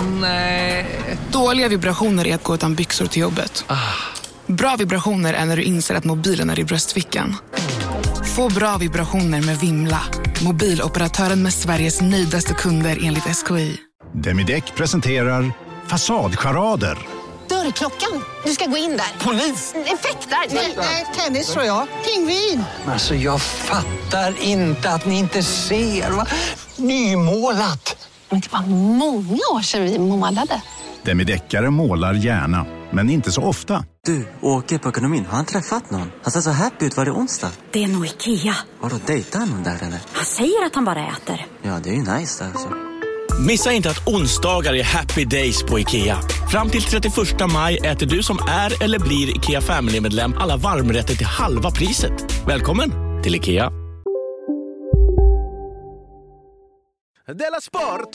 Nej. Dåliga vibrationer är att gå utan byxor till jobbet. Bra vibrationer är när du inser att mobilen är i bröstfickan. Få bra vibrationer med Vimla. Mobiloperatören med Sveriges nöjdaste kunder enligt SKI. Demideck presenterar Fasadcharader. Dörrklockan. Du ska gå in där. Polis? Effektar? Nej, tennis tror jag. Pingvin. Alltså jag fattar inte att ni inte ser. Va? Nymålat. Men det var många år sedan vi målade. Demideckare målar gärna, men inte så ofta. Du, åker på ekonomin. Har han träffat någon? Han ser så happy ut. Var det onsdag? Det är nog Ikea. Vadå, dejtar han någon där eller? Han säger att han bara äter. Ja, det är ju nice där alltså. Missa inte att onsdagar är happy days på IKEA. Fram till 31 maj äter du som är eller blir IKEA Family-medlem alla varmrätter till halva priset. Välkommen till IKEA. Della Sport!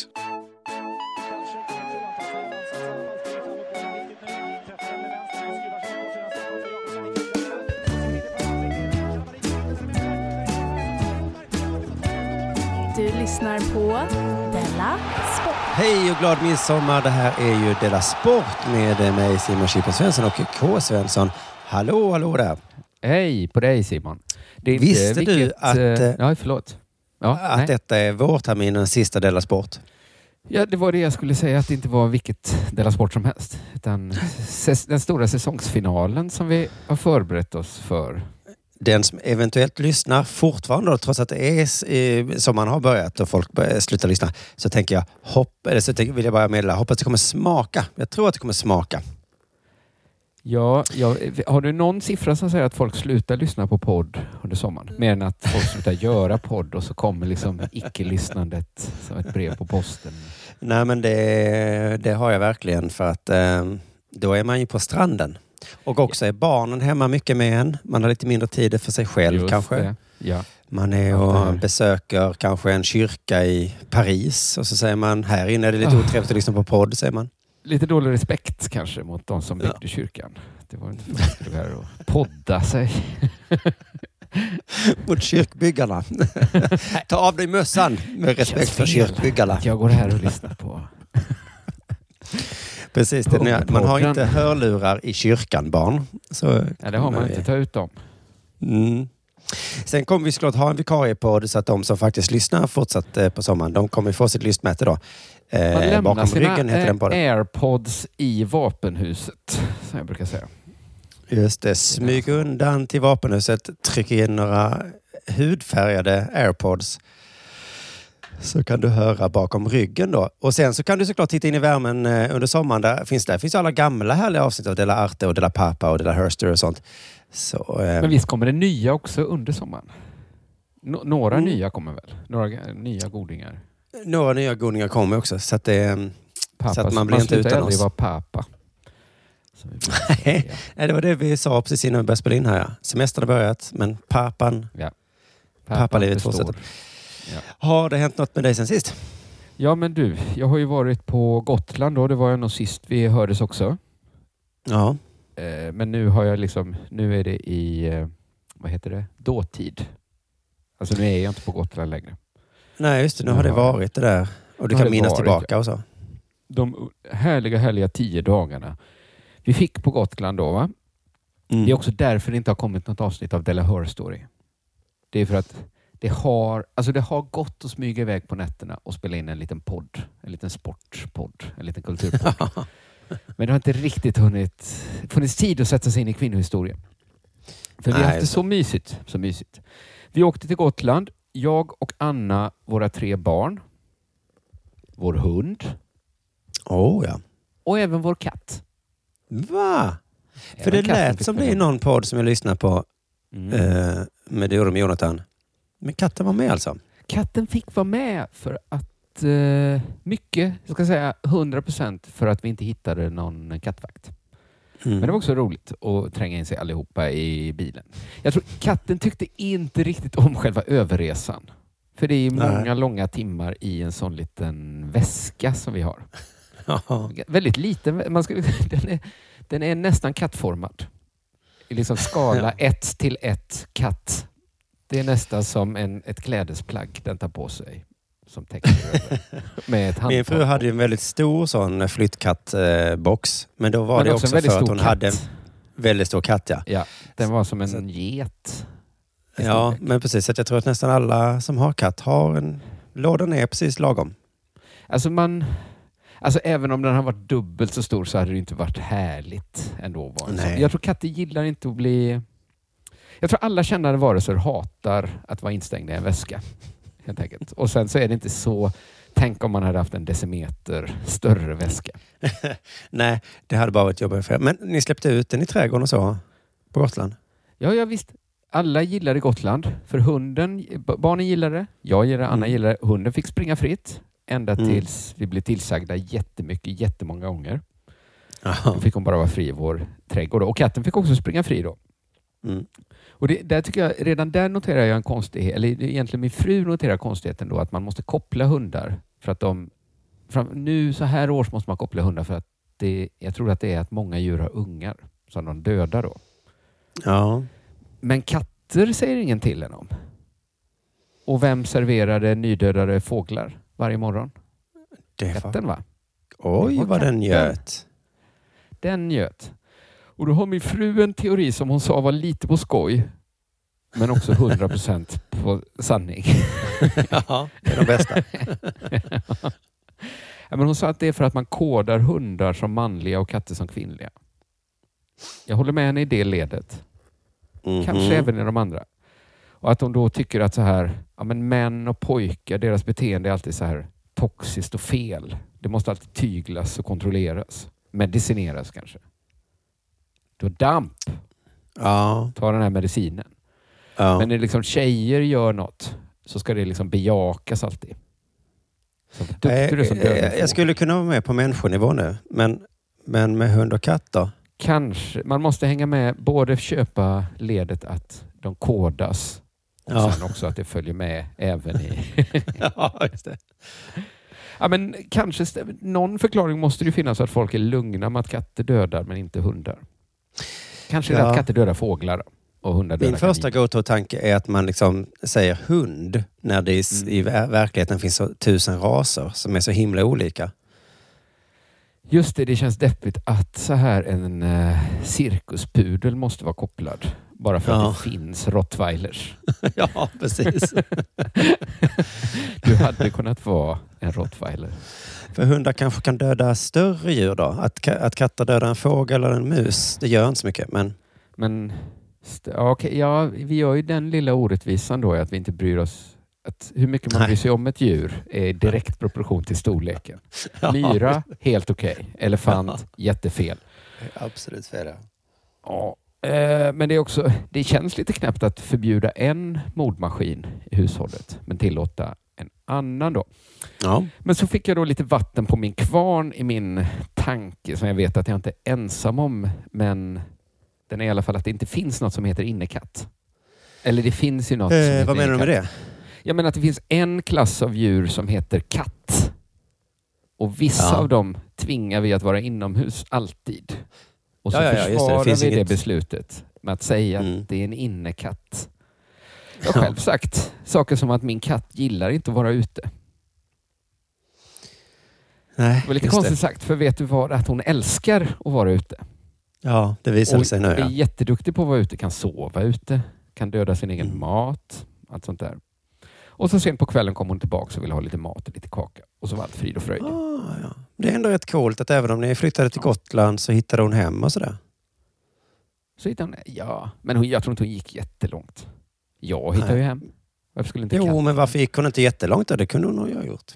Du lyssnar på Della Sport. Hej och glad midsommar. Det här är ju Della Sport med mig Simon Chippen Svensson och K. Svensson. Hallå där. Hej på dig Simon. Det är visste du att, ja, förlåt. Ja, att detta är vårterminens sista Della Sport? Ja, det var det jag skulle säga, att det inte var vilket Della Sport som helst. Utan den stora säsongsfinalen som vi har förberett oss för. Den som eventuellt lyssnar fortfarande, trots att det är som man har börjat och folk slutar lyssna, så tänker jag, vill jag bara meddela, hoppas det kommer smaka. Jag tror att det kommer smaka. Ja, har du någon siffra som säger att folk slutar lyssna på podd under sommaren? Mer än att folk slutar göra podd och så kommer liksom icke-lyssnandet som ett brev på posten. Nej, men det har jag verkligen, för att då är man ju på stranden. Och också är barnen hemma mycket med en. Man har lite mindre tid för sig själv. Just kanske. Det. Ja. Man är och besöker kanske en kyrka i Paris. Och så säger man, här inne är det lite otrevligt att lyssna på podd, säger man. Lite dålig respekt kanske mot de som byggde kyrkan. Det var inte för att stå här och podda sig. Mot kyrkbyggarna. Ta av dig mössan med respekt för kyrkbyggarna. Jag går här och lyssnar på... Precis, man har inte hörlurar i kyrkan, barn. Så ja, det har man inte. Ta ut dem. Sen kommer vi såklart ha en vikariepodd så att de som faktiskt lyssnar fortsatt på sommaren, de kommer få sitt lystmäte då. Man lämnar bakom sina ryggen heter den podden. AirPods i vapenhuset, som jag brukar säga. Just det, smyg undan till vapenhuset, tryck in några hudfärgade AirPods. Så kan du höra bakom ryggen då. Och sen så kan du såklart titta in i värmen under sommaren. Där finns alla gamla härliga avsnitt av Della Arte och Della Pappa och Della Herster och sånt. Så, men visst kommer det nya också under sommaren? Några nya kommer väl? Några nya godingar? Några nya godingar kommer också. Så att, pappa, så att man blir inte utan oss. Man slutar aldrig vara pappa. Nej, det var det vi sa precis innan vi började spela in här. Ja. Semestern har börjat, men pappalivet fortsätter. Ja. Har det hänt något med dig sen sist? Ja, men du, jag har ju varit på Gotland då. Det var ju nog sist vi hördes också. Ja. Men nu har jag nu är det i, vad heter det? Dåtid. Alltså nu är jag inte på Gotland längre. Nej, just det. Nu har det varit det där. Och du kan minnas tillbaka och så. De härliga 10 dagarna vi fick på Gotland då, va? Det är också därför det inte har kommit något avsnitt av Della Her Story. Det är för att det har gått att smyga iväg på nätterna och spela in en liten podd. En liten sportpodd. En liten kulturpodd. Men det har inte riktigt funnits tid att sätta sig in i kvinnohistorien. För vi har haft det så mysigt. Vi åkte till Gotland. Jag och Anna, våra 3 barn. Vår hund. Ja. Och även vår katt. Va? För det lät som det är någon podd som jag lyssnar på. Med det och med Jonathan. Men katten var med alltså? Katten fick vara med för att mycket, jag ska säga 100% för att vi inte hittade någon kattvakt. Men det var också roligt att tränga in sig allihopa i bilen. Jag tror katten tyckte inte riktigt om själva överresan. För det är många långa timmar i en sån liten väska som vi har. Väldigt liten. Den är nästan kattformad. I liksom skala 1:1 katt. Det är nästan som ett klädesplagg den tar på sig. som täcker över. Med ett Min fru hade ju en väldigt stor sån flyttkattbox. Men då var det också för att hon hade en väldigt stor katt. Ja, ja, den var som en get. Ja, men precis. Att jag tror att nästan alla som har katt har en... Lådan är precis lagom. Alltså även om den har varit dubbelt så stor så hade det inte varit härligt ändå. Jag tror katter gillar inte att bli... Jag tror alla kännande varelser hatar att vara instängda i en väska. Helt enkelt. Och sen så är det inte så... Tänk om man hade haft en decimeter större väska. Nej, det hade bara varit jobbigt för er. Men ni släppte ut den i trädgården och så på Gotland? Ja, visst. Alla gillade Gotland. För barnen gillade det. Jag gillade det, Anna gillade det. Hunden fick springa fritt. Ända tills vi blev tillsagda jättemånga gånger. Då fick hon bara vara fri i vår trädgård. Och katten fick också springa fri då. Mm. Och där tycker jag, redan där noterar jag en konstighet, eller egentligen min fru noterar konstigheten då, att man måste koppla hundar för att nu så här års måste man koppla hundar för att jag tror att det är att många djur har ungar som de dödar då. Ja. Men katter säger ingen till en om. Och vem serverade nydödade fåglar varje morgon? Katten, va? Oj, vad den njöt. Den njöt. Och då har min fru en teori som hon sa var lite på skoj. Men också 100% på sanning. Ja, det är de bästa. Ja, men hon sa att det är för att man kodar hundar som manliga och katter som kvinnliga. Jag håller med henne i det ledet. Kanske även i de andra. Och att hon då tycker att så här, ja, men män och pojkar, deras beteende är alltid så här toxiskt och fel. Det måste alltid tyglas och kontrolleras. Medicineras kanske. Då damp. Ja. Ta den här medicinen. Ja. Men när liksom tjejer gör något så ska det liksom bejakas alltid. Jag skulle kunna vara med på människonivå nu. Men med hund och katt då? Kanske. Man måste hänga med. Både köpa ledet att de kodas. Och sen också att det följer med även i... Ja, just det. Ja, men kanske någon förklaring måste det finnas att folk är lugna med att katter dödar men inte hundar. Kanske är det att katter dödar fåglar och hundar dödar kaniner. Min första go-to-tanke är att man liksom säger hund när det i verkligheten finns så 1000 raser som är så himla olika. Just det känns deppigt att så här en cirkuspudel måste vara kopplad. Bara för att det finns rottweilers. Ja, precis. Du hade kunnat vara en rottweiler. För hundar kanske kan döda större djur då? Att katter dödar en fågel eller en mus, det gör inte så mycket. Men vi gör ju den lilla orättvisan då att vi inte bryr oss. Att hur mycket man bryr sig om ett djur är direkt proportion till storleken. Myra, helt okej. Elefant, jättefel. Absolut fel. Ja. Men det känns lite knäppt att förbjuda en mordmaskin i hushållet men tillåta en annan då. Ja. Men så fick jag då lite vatten på min kvarn i min tanke som jag vet att jag inte är ensam om, men den är i alla fall att det inte finns något som heter innekatt. Eller det finns ju något som heter vad menar du med det? Jag menar att det finns en klass av djur som heter katt. Och vissa av dem tvingar vi att vara inomhus alltid. Och så försvarar vi det beslutet med att säga att det är en innekatt. Jag har själv sagt saker som att min katt gillar inte att vara ute. Nej, det var lite konstigt sagt, för vet du vad? Att hon älskar att vara ute. Ja, det visar sig nu. Hon är jätteduktig på att vara ute, kan sova ute, kan döda sin egen mat, allt sånt där. Och så sen på kvällen kom hon tillbaka och ville ha lite mat och lite kaka. Och så var allt frid och fröjd. Ja. Det är ändå rätt coolt att även om ni flyttade till Gotland så hittade hon hem och sådär. Så hittade hon, men jag tror inte hon gick jättelångt. Jag hittade ju hem. Varför skulle inte katten? Men varför gick hon inte jättelångt då? Det kunde hon nog ha gjort.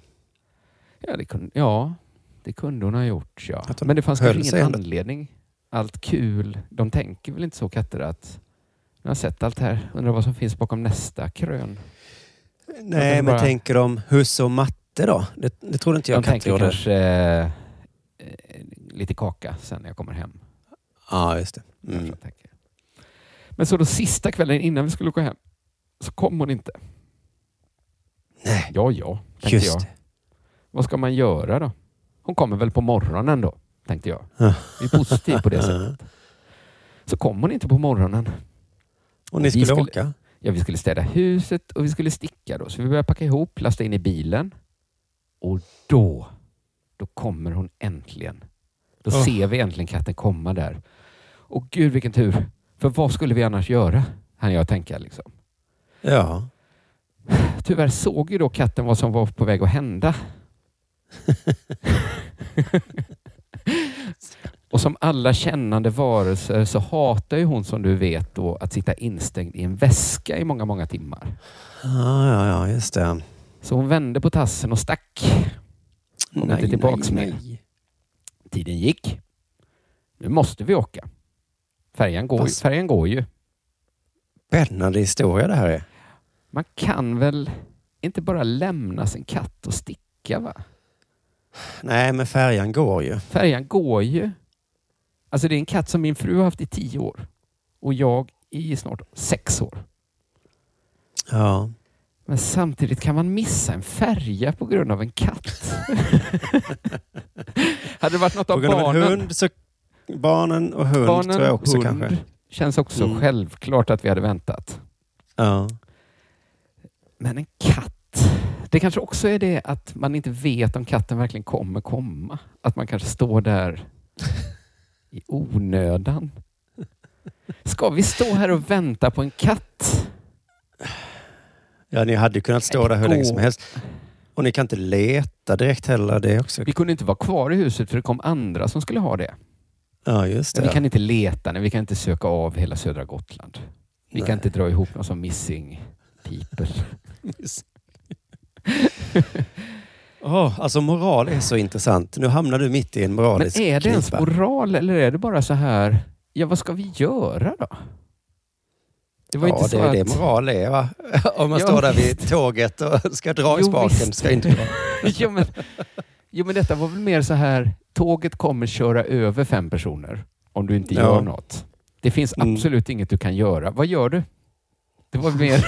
Det kunde hon ha gjort, ja. Men det fanns kanske ingen anledning. Allt kul. De tänker väl inte så, katter, att jag har sett allt här. Undrar vad som finns bakom nästa krön. Nej, men tänker de Husse och Matte då? Det tror inte jag katter gjorde. De tänker kanske lite kaka sen när jag kommer hem. Ja, just det. Men så då sista kvällen innan vi skulle gå hem så kom hon inte. Nej. Ja, tänkte jag. Vad ska man göra då? Hon kommer väl på morgonen då, tänkte jag. Vi är positiva på det sättet. Så kom hon inte på morgonen. Och ni skulle åka? Ja, vi skulle städa huset och vi skulle sticka då. Så vi började packa ihop, lasta in i bilen. Och då kommer hon äntligen. Då ser vi äntligen katten komma där. Och gud vilken tur. För vad skulle vi annars göra? Han jag tänka liksom. Ja. Tyvärr såg ju då katten vad som var på väg att hända. Och som alla kännande varelser så hatar ju hon, som du vet då, att sitta instängd i en väska i många, många timmar. Ja, just det. Så hon vände på tassen och stack. Kom inte tillbaks med. Tiden gick. Nu måste vi åka. Färjan går ju. Spännande historia det här är. Man kan väl inte bara lämna sin katt och sticka, va? Nej, men färjan går ju. Färjan går ju. Alltså det är en katt som min fru har haft i 10 år. Och jag i snart 6 år. Ja. Men samtidigt kan man missa en färja på grund av en katt. Hade det varit något av barnen... hund, så barnen och hund tror jag också hund, kanske. Känns också självklart att vi hade väntat. Ja. Men en katt... Det kanske också är det att man inte vet om katten verkligen kommer komma. Att man kanske står där i onödan. Ska vi stå här och vänta på en katt? Ja, ni hade kunnat stå där hur länge som helst. Och ni kan inte leta direkt heller. Det också. Vi kunde inte vara kvar i huset för det kom andra som skulle ha det. Ja, just det. Men vi kan inte leta, vi kan inte söka av hela södra Gotland. Vi kan inte dra ihop någon som missing people. Alltså moral är så intressant. Nu hamnar du mitt i en moralisk Men är det ens knipa. moral eller är det bara så här, ja vad ska vi göra då? Det var inte så det är att... det moral är, va? Om man står där vid tåget och ska dra i spaken, ska inte dra. Jo men detta var väl mer så här, tåget kommer köra över 5 personer om du inte gör något. Det finns absolut inget du kan göra. Vad gör du? Det var mer...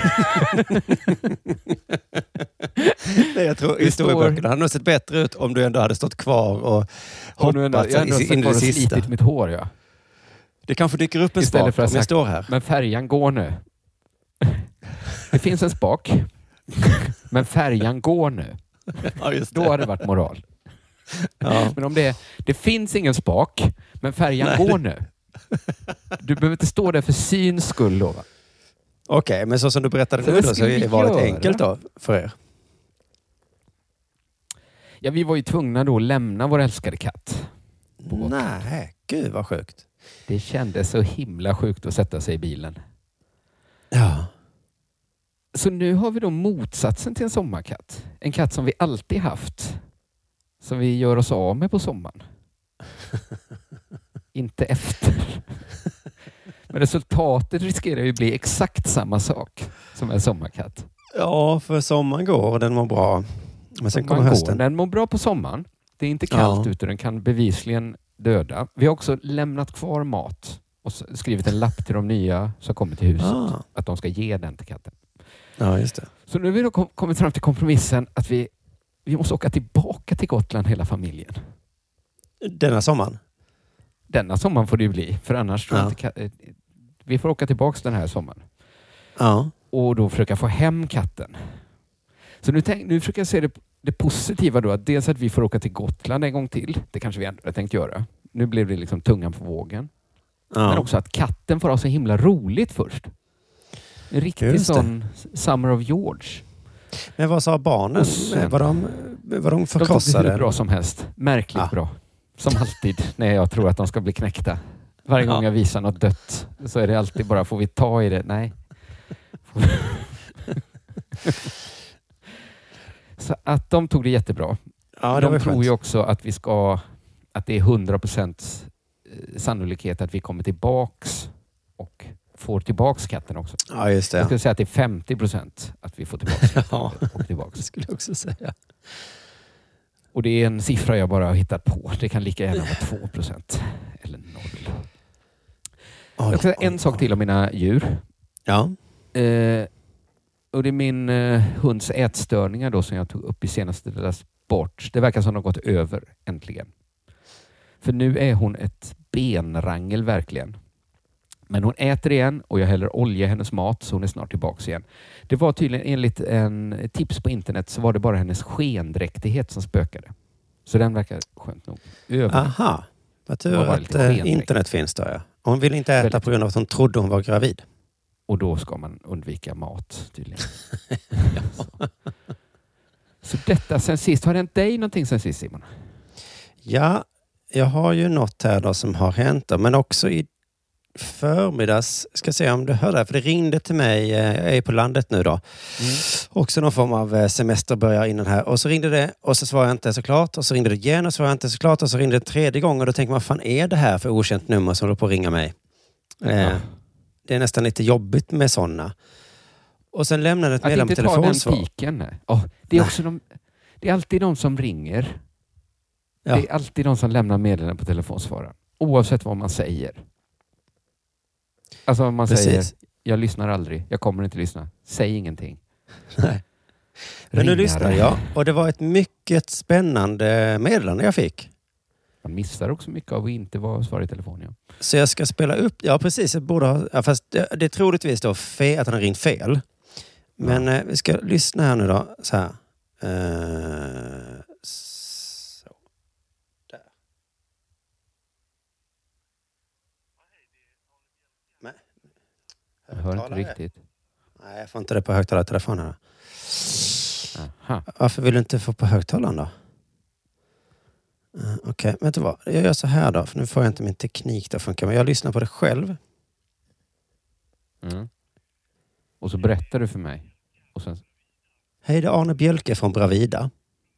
Nej, jag tror historieböckerna hade nog sett bättre ut om du ändå hade stått kvar och hoppat in i det sista. Slitit mitt hår, ja. Det kanske dyker upp en spak om jag står här. Men färjan går nu. Det finns en spak. Men färjan går nu. Ja, just det. Då har det varit moral. Ja. Men om det finns ingen spak, men färjan går nu. Du behöver inte stå där för syns skull då, va? Okej, men så som du berättade nu då, så är valet enkelt då för er. Ja, vi var ju tvungna då att lämna vår älskade katt. Nej, gud vad sjukt. Det kändes så himla sjukt att sätta sig i bilen. Ja. Så nu har vi då motsatsen till en sommarkatt. En katt som vi alltid haft. Som vi gör oss av med på sommaren. Inte efter. Men resultatet riskerar ju bli exakt samma sak som en sommarkatt. Ja, för sommaren går och den mår bra. Men sen kommer hösten. Den mår bra på sommaren. Det är inte kallt ute, den kan bevisligen döda. Vi har också lämnat kvar mat och skrivit en lapp till de nya som kommer till huset. Att de ska ge den till katten. Ja, just det. Så nu har vi då kommit fram till kompromissen att vi måste åka tillbaka till Gotland hela familjen. Denna sommaren? Denna sommaren får det ju bli. För annars tror jag inte vi får åka tillbaka den här sommaren. Ja. Och då försöka få hem katten. Så nu försöker jag se det positiva då. Att dels att vi får åka till Gotland en gång till. Det kanske vi ändå har tänkt göra. Nu blev det liksom tungan på vågen. Ja. Men också att katten får ha så himla roligt först. En riktig sån Summer of George. Men vad sa barnen? Var de förkrossade? De hur bra som helst. Märkligt bra. Som alltid när jag tror att de ska bli knäckta. Varje gång jag visar något dött så är det alltid bara, får vi ta i det? Nej. Så att de tog det jättebra. Ja, de tror ju också att att det är 100% sannolikhet att vi kommer tillbaks och får tillbaks katten också. Ja, just det. Jag skulle säga att det är 50% att vi får tillbaks katten och tillbaks. Det skulle jag också säga. Och det är en siffra jag bara har hittat på. Det kan lika gärna vara 2% eller 0. Jag ska säga en sak till om mina djur. Ja. Och det är min hunds ätstörningar då som jag tog upp i senaste deras bort. Det verkar som de har gått över äntligen. För nu är hon ett benrangel verkligen. Men hon äter igen och jag häller olja i hennes mat så hon är snart tillbaka igen. Det var tydligen enligt en tips på internet så var det bara hennes skendräktighet som spökade. Så den verkar skönt nog. Aha, vad tur att internet finns där. Ja. Hon ville inte äta på grund av att hon trodde hon var gravid. Och då ska man undvika mat tydligen. Så detta sen sist. Har det hänt dig någonting sen sist, Simon? Ja, jag har ju något här då som har hänt. Men också i förmiddags, ska se om du hör det. För det ringde till mig, jag är på landet nu då. Också någon form av semester börjar innan här. Och så ringde det och så svarade jag inte såklart. Och så ringde det igen och svarade jag inte såklart. Och så ringde det tredje gången och då tänker man, vad fan är det här för okänt nummer som håller på att ringa mig? Det är nästan lite jobbigt med sådana. Och sen lämnade ett meddelande på telefonsvar. Att inte ta den piken. Det är också det är alltid de som ringer. Ja. Det är alltid de som lämnar meddelanden på telefonsvararen. Oavsett vad man säger. Alltså om man säger, jag lyssnar aldrig, jag kommer inte lyssna. Säg ingenting. Nej. Men nu lyssnar jag. Och det var ett mycket spännande meddelande jag fick. Man missar också mycket av att inte vara svar i telefon. Ja. Så jag ska spela upp, ja precis, jag borde ha, ja, fast det är troligtvis då att han har ringt fel. Men vi ska lyssna här nu då, så här. Så. Där. Nej. Jag hör inte riktigt. Nej, jag får inte det på högtalartelefonen. Aha. Varför vill du inte få på högtalaren då? Okej, vet du vad? Jag gör så här då, för nu får jag inte min teknik att funka. Men jag lyssnar på det själv. Och så berättar du för mig. Och sen... Hej, det är Arne Bjälke från Bravida.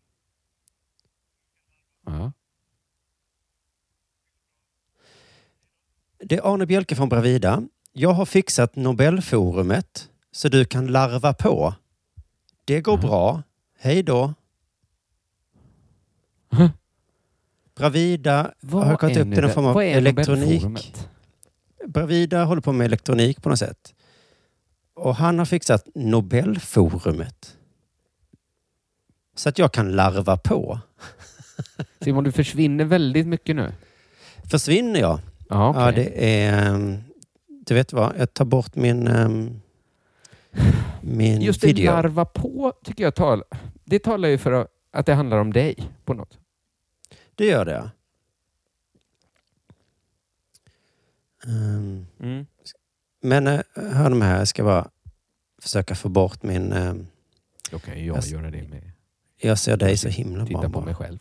Det är Arne Bjälke från Bravida. Jag har fixat Nobelforumet så du kan larva på. Det går bra. Hej då. Bravida har gått upp till någon form av elektronik. Bravida håller på med elektronik på något sätt. Och han har fixat Nobelforumet. Så att jag kan larva på. Simon, du försvinner väldigt mycket nu. Försvinner jag? Ja, okay. Ja, det är... Du vet vad? Jag tar bort min just video. Just det, larva på tycker jag det talar ju för att det handlar om dig på något. Det gör det, ja. Men hör de här, jag ska bara försöka få bort min... Då kan jag göra det med... Jag ser dig så himla bra. Titta på mig själv.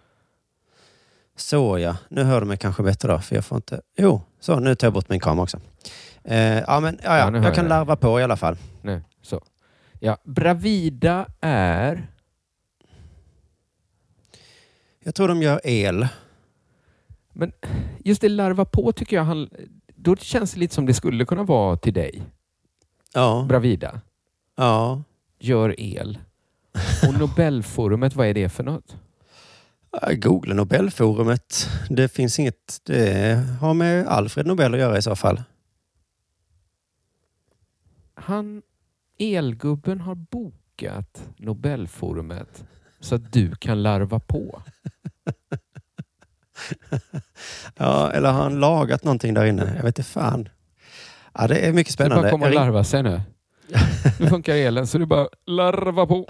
Så ja, nu hör de mig kanske bättre då, för jag får inte... Jo, så nu tar jag bort min kamera också. Jag kan larva på i alla fall. Nu, så. Ja, Bravida är... Jag tror de gör el. Men just det, larva på tycker jag då känns det lite som det skulle kunna vara till dig. Ja. Bravida. Ja. Gör el. Och Nobelforumet, vad är det för något? Googla Nobelforumet. Det finns inget... Det har med Alfred Nobel att göra i så fall. Elgubben har bokat Nobelforumet så att du kan larva på. Ja, eller har han lagat någonting där inne? Jag vet inte fan. Ja, det är mycket spännande. Så du bara kommer att larva sig nu. Nu funkar elen så du bara larva på.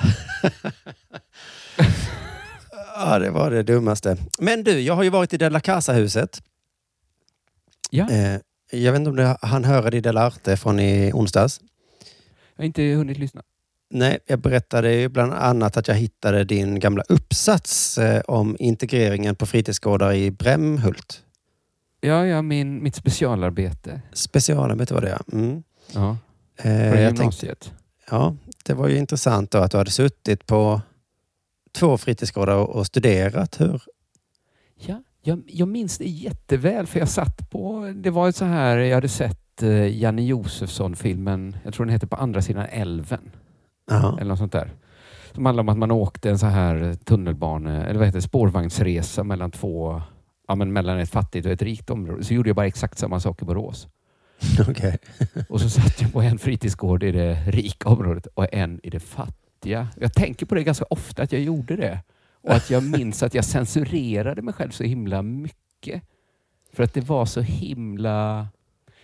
Ja, det var det dummaste. Men du, jag har ju varit i Della Casa-huset. Ja. Jag vet inte om han hörde i Della Arte från i onsdags. Jag har inte hunnit lyssna. Nej, jag berättade ju bland annat att jag hittade din gamla uppsats om integreringen på fritidsgårdar i Brämhult. Ja, mitt specialarbete. Specialarbete var det, ja. Mm. Ja, från gymnasiet. Det var ju intressant då att du hade suttit på 2 fritidsgårdar och studerat hur... Ja, jag minns det jätteväl för jag satt på... Det var ju så här, jag hade sett Janne Josefsson-filmen, jag tror den heter På andra sidan älven. Aha. Eller något sånt där. Som handlar om att man åkte en så här spårvagnsresa mellan mellan ett fattigt och ett rikt område. Så gjorde jag bara exakt samma sak i Borås. Okay. Och så satt jag på en fritidsgård i det rika området och en i det fattiga. Jag tänker på det ganska ofta att jag gjorde det. Och att jag minns att jag censurerade mig själv så himla mycket. För att det var så himla...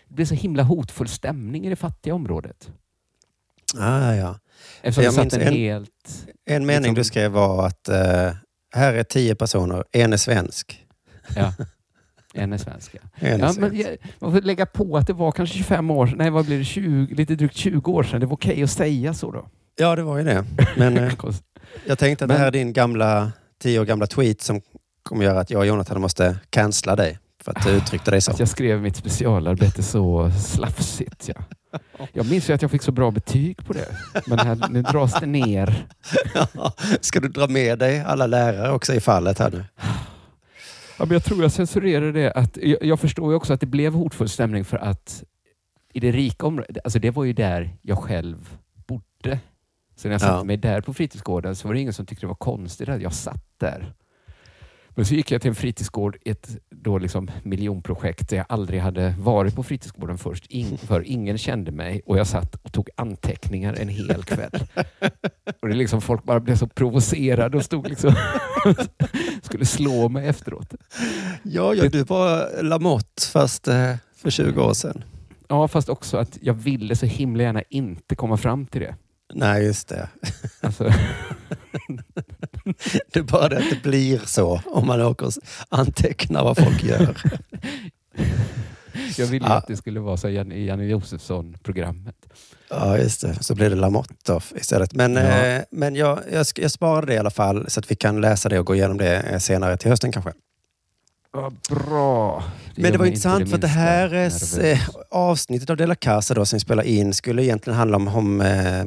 det blev så himla hotfull stämning i det fattiga området. Ja. Eftersom jag minns en mening du skrev var att här är 10 personer, en är svensk. Ja, en är svensk. Man får lägga på att det var kanske 25 år, nej vad blir det, lite drygt 20 år sedan. Det var okej att säga så då. Ja, det var ju det. Men jag tänkte att det här är din 10 år gamla tweet som kommer göra att jag och Jonathan måste cancella dig för att du uttryckte dig så. Att jag skrev mitt specialarbete så slafsigt. Ja. Jag minns ju att jag fick så bra betyg på det. Men nu dras det ner. Ska du dra med dig alla lärare också i fallet här nu? Ja, men jag tror jag censurerade det. Att, jag förstår ju också att det blev hotfull stämning för att i det rika området, alltså det var ju där jag själv bodde. Så när jag satt mig där på fritidsgården så var det ingen som tyckte det var konstigt att jag satt där. Men så gick jag till en fritidsgård, ett då liksom miljonprojekt där jag aldrig hade varit på fritidsgården först. För ingen kände mig och jag satt och tog anteckningar en hel kväll. Och det liksom, folk bara blev så provocerade och stod liksom skulle slå mig efteråt. Ja, du var Lamotte fast för 20 år sedan. Ja, fast också att jag ville så himla gärna inte komma fram till det. Nej, just det. Alltså. Det är bara det att det blir så om man åker och antecknar vad folk gör. Jag ville att det skulle vara så i Janne Josefsson-programmet. Ja, just det. Så blir det Lamotte istället. Men jag sparar det i alla fall så att vi kan läsa det och gå igenom det senare till hösten kanske. Ja, bra. Men det var intressant för att det här avsnittet av De La Casa då som vi spelar in skulle egentligen handla om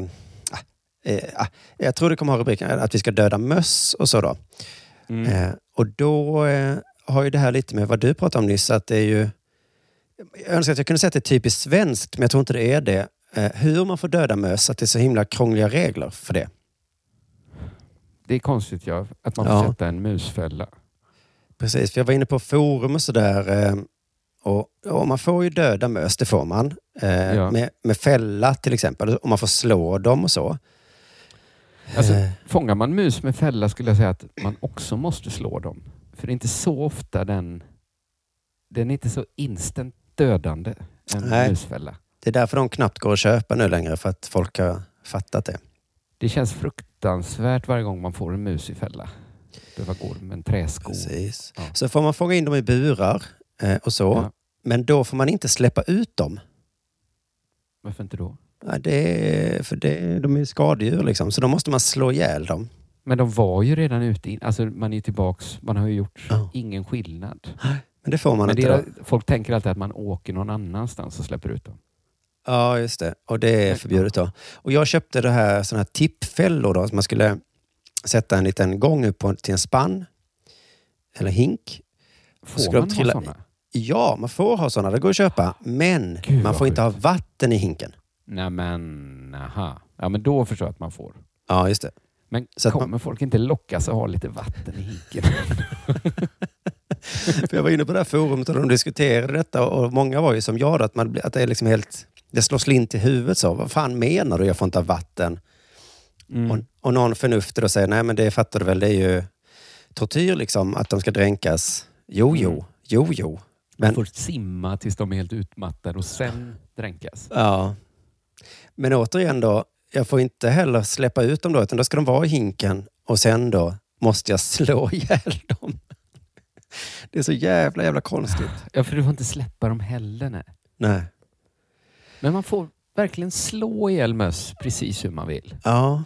jag tror det kommer ha rubriken att vi ska döda möss och så då. Och då har ju det här lite med vad du pratade om nyss, att det är ju, jag önskar att jag kunde säga att det är typiskt svenskt, men jag tror inte det är det. Hur man får döda möss, att det är så himla krångliga regler för det. Det är konstigt att man får sätta en musfälla. Precis, för jag var inne på forum och sådär och man får ju döda möss, det får man. Med fälla till exempel, och man får slå dem och så. Alltså, fångar man mus med fälla skulle jag säga att man också måste slå dem. För det är inte så ofta den är inte så instant dödande, en musfälla. Det är därför de knappt går att köpa nu längre, för att folk har fattat det. Det känns fruktansvärt varje gång man får en mus i fälla. Behöva gå med en träsko. Precis. Ja. Så får man fånga in dem i burar och så. Ja. Men då får man inte släppa ut dem. Varför inte då? Ja, de är skadedjur liksom. Så då måste man slå ihjäl dem. Men de var ju redan ute. Alltså man är tillbaks. Man har ju gjort ingen skillnad. Men det får man inte. Folk tänker alltid att man åker någon annanstans och släpper ut dem. Ja, just det. Och det är förbjudet då. Och jag köpte det här såna här tippfällor då. Så man skulle sätta en liten gång upp till en spann. Eller hink. Får man ha sådana? Ja, man får ha sådana. Det går att köpa. Men man får inte ha vatten i hinken. Nej men, aha. Ja, men då förstår jag att man får. Ja, just det. Men så kommer folk inte lockas att ha lite vatten i hinken? För jag var inne på det här forumet och de diskuterade detta. Och många var ju som jag då, att det är liksom helt... Det slår slint i huvudet så. Vad fan menar du? Jag får inte ha vatten. Och någon förnufter och säger, nej men det fattar du väl, det är ju tortyr liksom, att de ska dränkas. Jo. Men först simma tills de är helt utmattade och sen dränkas. Ja. Men återigen då, jag får inte heller släppa ut dem då, utan då ska de vara i hinken och sen då måste jag slå ihjäl dem. Det är så jävla konstigt. Ja, för du får inte släppa dem heller. Nej. Men man får verkligen slå ihjäl möss precis hur man vill. Ja.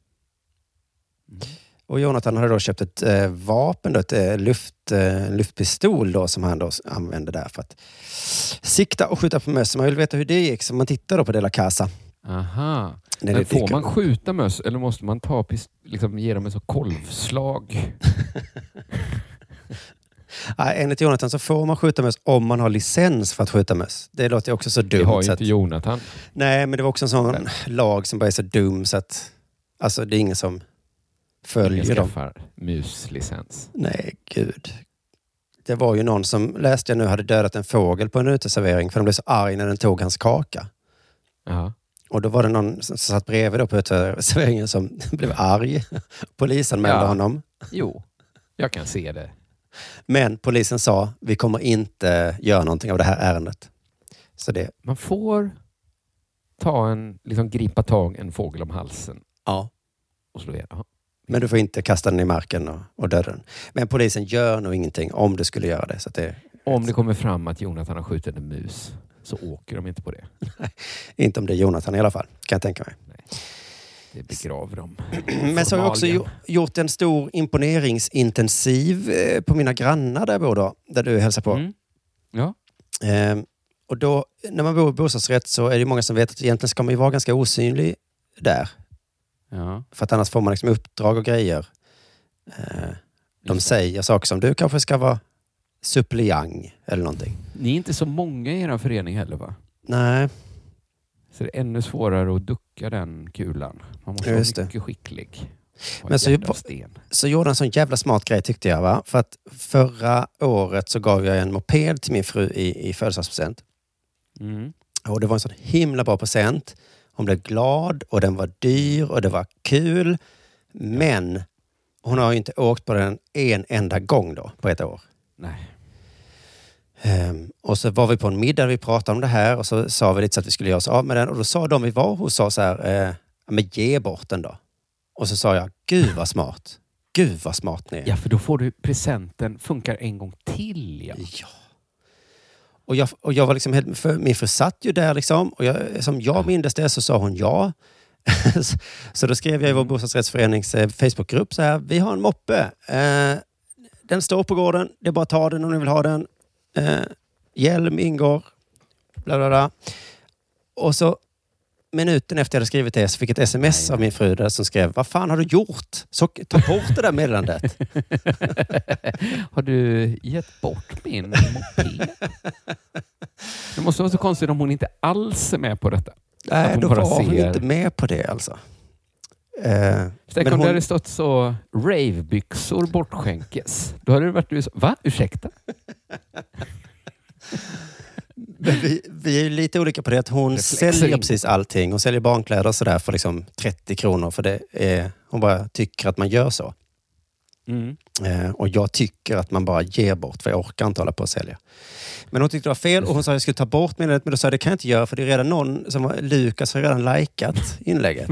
Och Jonathan hade då köpt ett vapen, då, ett luftpistol då, som han då använde där för att sikta och skjuta på möss. Man vill veta hur det gick, så man tittar då på De La Casa. Aha. Men får man skjuta möss eller måste man ta liksom ge dem en så kolvslag? Enligt Jonathan så får man skjuta möss om man har licens för att skjuta möss. Det låter också så dumt. Det har ju inte Jonathan. Nej, men det var också en sån lag som bara är så dum så att alltså det är ingen som följer dem. Muslicens. Nej, gud. Det var ju någon som, läste jag nu, hade dödat en fågel på en uteservering för de blev så arg när den tog hans kaka. Ja. Och då var det någon som satt bredvid då på uteserveringen som blev arg. Polisen mälde honom. Jo, jag kan se det. Men polisen sa, vi kommer inte göra någonting av det här ärendet. Så det... Man får gripa tag en fågel om halsen. Ja. Och slå ihjäl. Men du får inte kasta den i marken och döda den. Men polisen gör nog ingenting om du skulle göra det. Så att om det kommer fram att Jonathan har skjutit en mus så åker de inte på det. Nej, inte om det är Jonathan i alla fall, kan jag tänka mig. Nej. Det begraver dem. Men så har jag också gjort en stor imponeringsintensiv på mina grannar där jag bor då. Där du hälsar på. Mm. Ja. Och då, när man bor i bostadsrätt så är det många som vet att egentligen ska man ju vara ganska osynlig där. Ja. För att annars får man liksom uppdrag och grejer. De säger saker som du kanske ska vara suppleant eller någonting. Ni är inte så många i er förening heller, va? Nej. Så det är ännu svårare att ducka den kulan. Man måste vara mycket skicklig. Men så gjorde en sån jävla smart grej tyckte jag, va? För att förra året så gav jag en moped till min fru i födelsedagspresent. Mm. Och det var en sån himla bra present. Hon blev glad och den var dyr och det var kul. Men hon har ju inte åkt på den en enda gång då på ett år. Nej. Och så var vi på en middag och vi pratade om det här och så sa vi lite så att vi skulle göra oss av med den. Och då sa de vi var hos så här, men ge bort den då. Och så sa jag, gud vad smart. Gud vad smart ni är. Ja, för då får du presenten funkar en gång till. Ja. Och jag var liksom helt, för min fru satt ju där liksom. Och som jag mindes det så sa hon ja. Så då skrev jag i vår bostadsrättsförenings Facebookgrupp så här, vi har en moppe. Den står på gården, det är bara att ta den om ni vill ha den. Hjälm ingår. Bla bla bla. Och så minuten efter jag hade skrivit det så fick ett sms av min fru där som skrev, vad fan har du gjort? Så ta bort det där meddelandet. Har du gett bort min moped? Det måste vara så konstigt om hon inte alls är med på detta. Nej, då var hon inte med på det alltså. Men om det hade stått så ravebyxor bortskänkes. Då hade det varit du så, va? Ursäkta? Men vi är lite olika på det att hon säljer precis allting. Hon säljer barnkläder och sådär för liksom 30 kronor. För det är, hon bara tycker att man gör så. Mm. Och jag tycker att man bara ger bort för jag orkar inte hålla på att sälja. Men hon tyckte det var fel och hon sa att jag skulle ta bort meddelandet. Men då sa jag det kan jag inte göra för det är redan någon som Lukas har redan likat inlägget.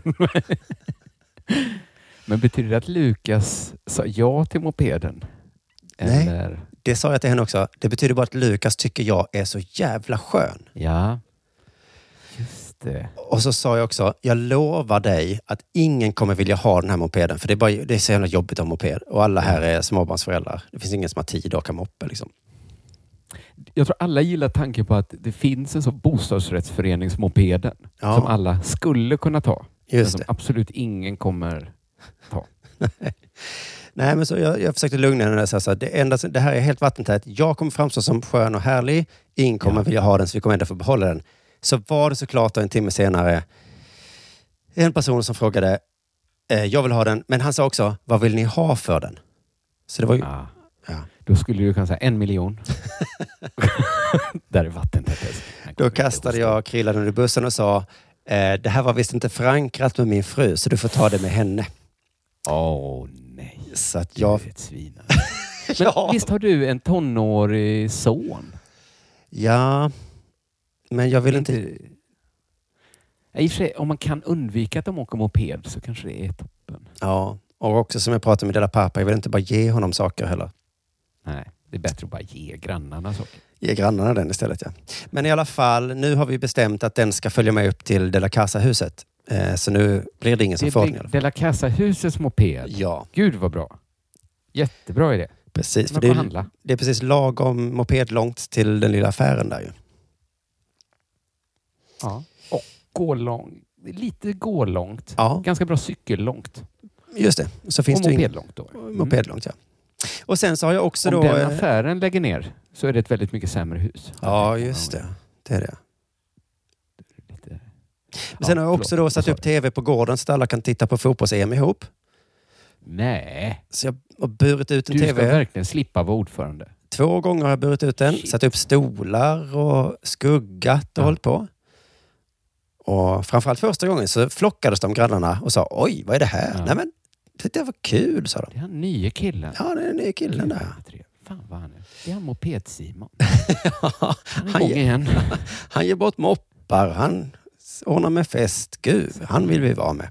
Men betyder det att Lukas sa ja till mopeden? Nej, eller? Det sa jag till henne också. Det betyder bara att Lukas tycker jag är så jävla skön. Ja, just det. Och så sa jag också, jag lovar dig att ingen kommer vilja ha den här mopeden. För det är så jävla jobbigt att ha moped. Och alla här är småbarnsföräldrar. Det finns ingen som har tid att åka moppe liksom. Jag tror alla gillar tanken på att det finns en sån bostadsrättsföreningsmopeden som alla skulle kunna ta. Just som det. Absolut ingen kommer ta. Nej, men så jag försökte lugna henne och säga det här är helt vattentätt. Jag kommer framstå som skön och härlig. Ingen kommer vilja ha den så vi kommer ändå få behålla den. Så var det såklart en timme senare en person som frågade jag vill ha den. Men han sa också, vad vill ni ha för den? Så det var ju... Ja. Då skulle du kunna säga 1 miljon. Där är vattentätt. Då kastade jag Krillan under bussen och sa det här var visst inte förankrat med min fru så du får ta det med henne. Nej. Så att jag... Du är ett svin. Men visst har du en tonårig son? Ja. Men jag vill inte... I och för sig, om man kan undvika att de åker moped så kanske det är toppen. Ja. Och också som jag pratade med Dela pappa, jag vill inte bara ge honom saker heller. Nej, det är bättre att bara ge grannarna saker. Ge grannarna den istället, ja. Men i alla fall, nu har vi bestämt att den ska följa med upp till De la Casa-huset. Så nu blir det ingen som får den. De la Casa-husets moped? Ja. Gud vad bra. Jättebra idé. Precis, för det är precis lagom moped långt till den lilla affären där ju. Ja, och gålång. Lite gålångt. Ja. Ganska bra cykellångt. Just det. Så finns och mopedlångt då. Mopedlångt, ja. Och sen så har jag också om då... Om den affären lägger ner så är det ett väldigt mycket sämre hus. Ja, just det. Det är det. Men sen har jag också då satt upp tv på gården så att alla kan titta på fotbolls-EM ihop. Nej. Så jag har burit ut en tv. tv. Du ska verkligen slippa vara ordförande. 2 gånger har jag burit ut den. Satt upp stolar och skuggat och hållit på. Och framförallt första gången så flockades de grannarna och sa, oj, vad är det här? Ja. Nej men, det var kul, sa de. Det är den nya killen. Ja, det är den nya killen där. Fan vad han är. Det är moped-Simon. Han ger bort moppar. Han ordnar med fest. Gud, han vill vi vara med.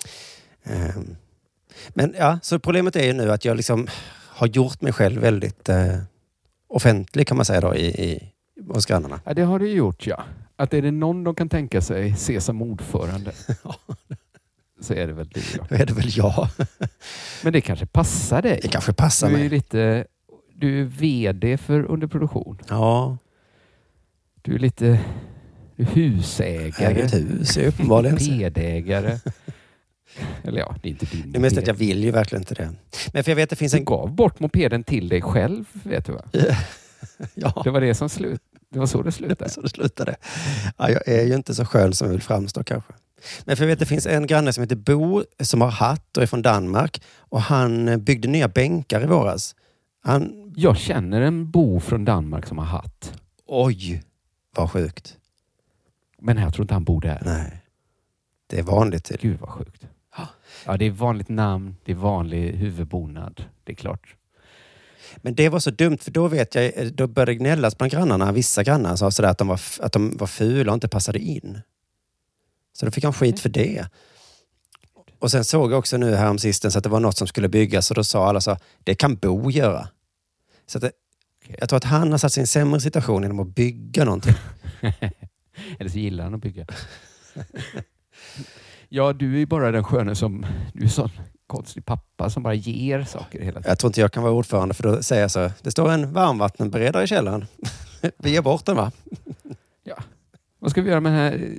Men ja, så problemet är ju nu att jag liksom har gjort mig själv väldigt offentlig, kan man säga då, hos grannarna. Ja, det har du gjort, ja. Att är det någon de kan tänka sig se som ordförande så är det väl du. Ja. Då är det väl jag. Men det kanske passar dig. Det kanske passar mig. Du är vd för underproduktion. Ja. Du är husägare. Äger ett hus, uppenbarligen. Mopedägare. Eller ja, det är inte din. Det är mest att jag vill ju verkligen inte det. Men för jag vet det finns du gav bort mopeden till dig själv, vet du va? Ja. Det var det som det var så det slutade. Det var så det slutade. Ja, jag är ju inte så skön som jag vill framstå kanske. Men för jag vet det finns en granne som heter Bo som har hatt och är från Danmark. Och han byggde nya bänkar i våras. Jag känner en Bo från Danmark som har hatt. Oj, vad sjukt. Men jag tror inte han bor där. Nej, det är vanligt. Gud vad sjukt. Ja, det är vanligt namn, det är vanlig huvudbonad, det är klart. Men det var så dumt, för då vet jag, då började det gnällas bland grannarna. Vissa grannar sa sådär att de var fula och inte passade in. Så då fick han skit för det. Och sen såg jag också nu här sistens att det var något som skulle byggas och då sa alla så, det kan Bo göra. Så att jag tror att han har satt sig i en sämre situation genom att bygga någonting. Eller så gillar han att bygga. Ja, du är ju bara den sköne som... Du är sån konstig pappa som bara ger saker hela tiden. Jag tror inte jag kan vara ordförande för då säger jag så. Det står en varmvattenberedare i källaren. Vi ger bort den, va? Ja. Vad ska vi göra med den här...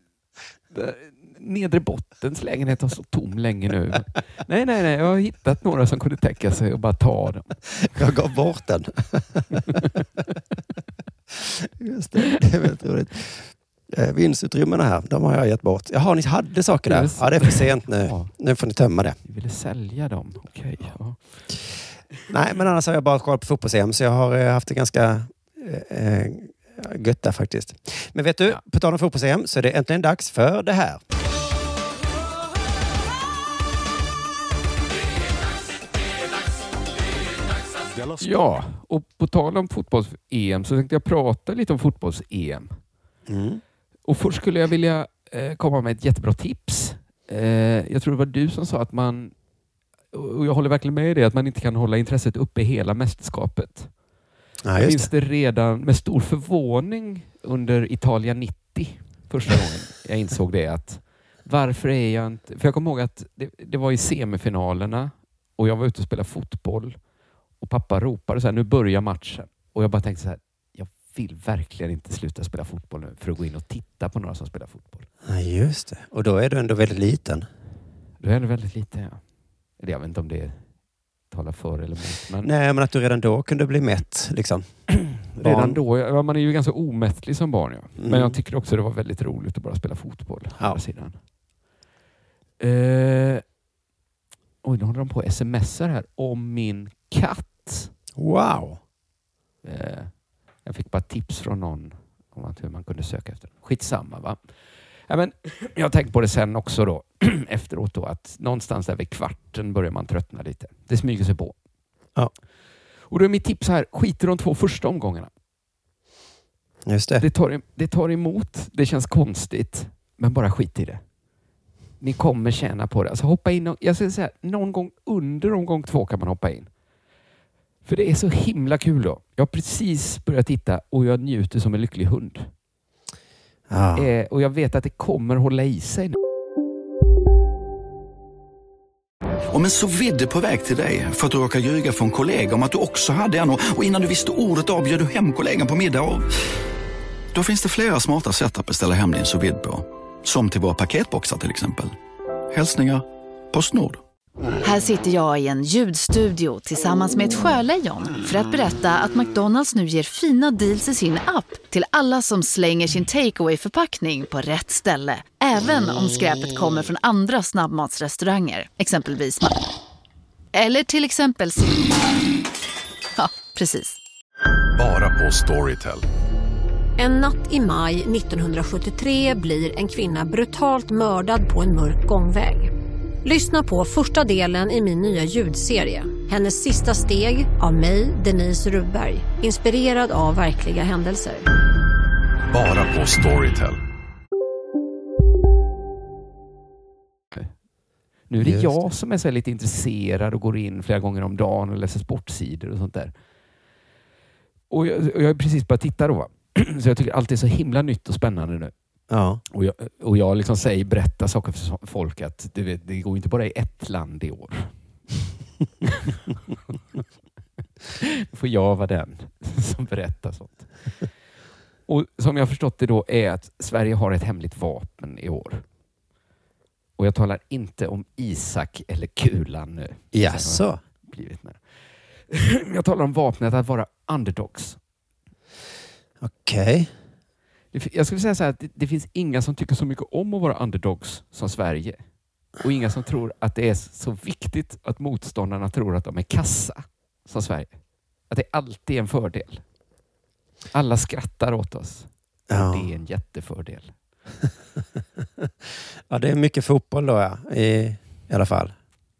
Nedre bottens lägenhet har stått tom länge nu. Nej. Jag har hittat några som kunde täcka sig och bara ta dem. Jag gav bort den. Just det. Det är väldigt roligt. Vinstutrymmena här, de har jag gett bort. Jaha, ni hade saker där. Ja, det är för sent nu. Ja. Nu får ni tömma det. Ni ville sälja dem. Okej. Ja. Nej, men annars har jag bara kollat på fotbolls-EM så jag har haft det ganska gött där faktiskt. Men vet du, på tal om fotbolls-EM så är det äntligen dags för det här. Ja, och på tal om fotbolls-EM så tänkte jag prata lite om fotbolls-EM. Mm. Och först skulle jag vilja komma med ett jättebra tips. Jag tror det var du som sa att man, och jag håller verkligen med i det, att man inte kan hålla intresset uppe hela mästerskapet. Ja, just finns det redan med stor förvåning under Italia 90 första gången jag insåg det, att varför är jag inte... För jag kommer ihåg att det var i semifinalerna och jag var ute och spelade fotboll och pappa ropade så här, nu börjar matchen. Och jag bara tänkte så här, jag vill verkligen inte sluta spela fotboll nu för att gå in och titta på några som spelar fotboll. Ja, just det. Och då är du ändå väldigt liten. Då är du väldigt liten, ja. Eller jag vet inte om det talar för eller emot. Men... Nej, men att du redan då kunde bli mätt, liksom. Redan då? Ja, man är ju ganska omättlig som barn, ja. Mm. Men jag tycker också det var väldigt roligt att bara spela fotboll. Ja. Sidan. Oj, nu håller de på smsar här om min katt. Wow! Jag fick bara tips från någon om hur man kunde söka efter den. Skitsamma, va? Ja, men jag har tänkt på det sen också då, efteråt då, att någonstans där vid kvarten börjar man tröttna lite. Det smyger sig på. Ja. Och då är mitt tips här, skit i de 2 första omgångarna. Just det. Det tar emot, det känns konstigt, men bara skit i det. Ni kommer tjäna på det. Alltså hoppa in, jag ska säga, någon gång under omgång 2 kan man hoppa in. För det är så himla kul då. Jag har precis börjat titta och jag njuter som en lycklig hund. Ah. Och jag vet att det kommer hålla i sig nu. Om en sous vide på väg till dig för att du råkar ljuga för en kollega om att du också hade en och innan du visste ordet av bjöd du hem kollegan på middag och... Då finns det flera smarta sätt att beställa hem din sous vide på. Som till våra paketboxar till exempel. Hälsningar PostNord. Här sitter jag i en ljudstudio tillsammans med ett sjölejon för att berätta att McDonalds nu ger fina deals i sin app till alla som slänger sin takeaway-förpackning på rätt ställe. Även om skräpet kommer från andra snabbmatsrestauranger, exempelvis. Eller till exempel... Ja, precis. Bara på Storytel. En natt i maj 1973 blir en kvinna brutalt mördad på en mörk gångväg. Lyssna på första delen i min nya ljudserie. Hennes sista steg av mig, Denise Rubberg. Inspirerad av verkliga händelser. Bara på Storytel. Nu är det jag som är så lite intresserad och går in flera gånger om dagen och läser sportsidor och sånt där. Och jag är precis börjat titta då. Så jag tycker allt är så himla nytt och spännande nu. Ja. Och jag liksom berättar saker för folk att du vet, det går inte bara i ett land i år. Får jag vara den som berättar sånt. Och som jag har förstått det då är att Sverige har ett hemligt vapen i år. Och jag talar inte om Isak eller kulan nu. Jaså? Jag talar om vapnet att vara underdogs. Okej. Jag skulle säga så här att det finns inga som tycker så mycket om att vara underdogs som Sverige. Och inga som tror att det är så viktigt att motståndarna tror att de är kassa som Sverige. Att det alltid är en fördel. Alla skrattar åt oss. Ja. Det är en jättefördel. Ja, det är mycket fotboll då i alla fall.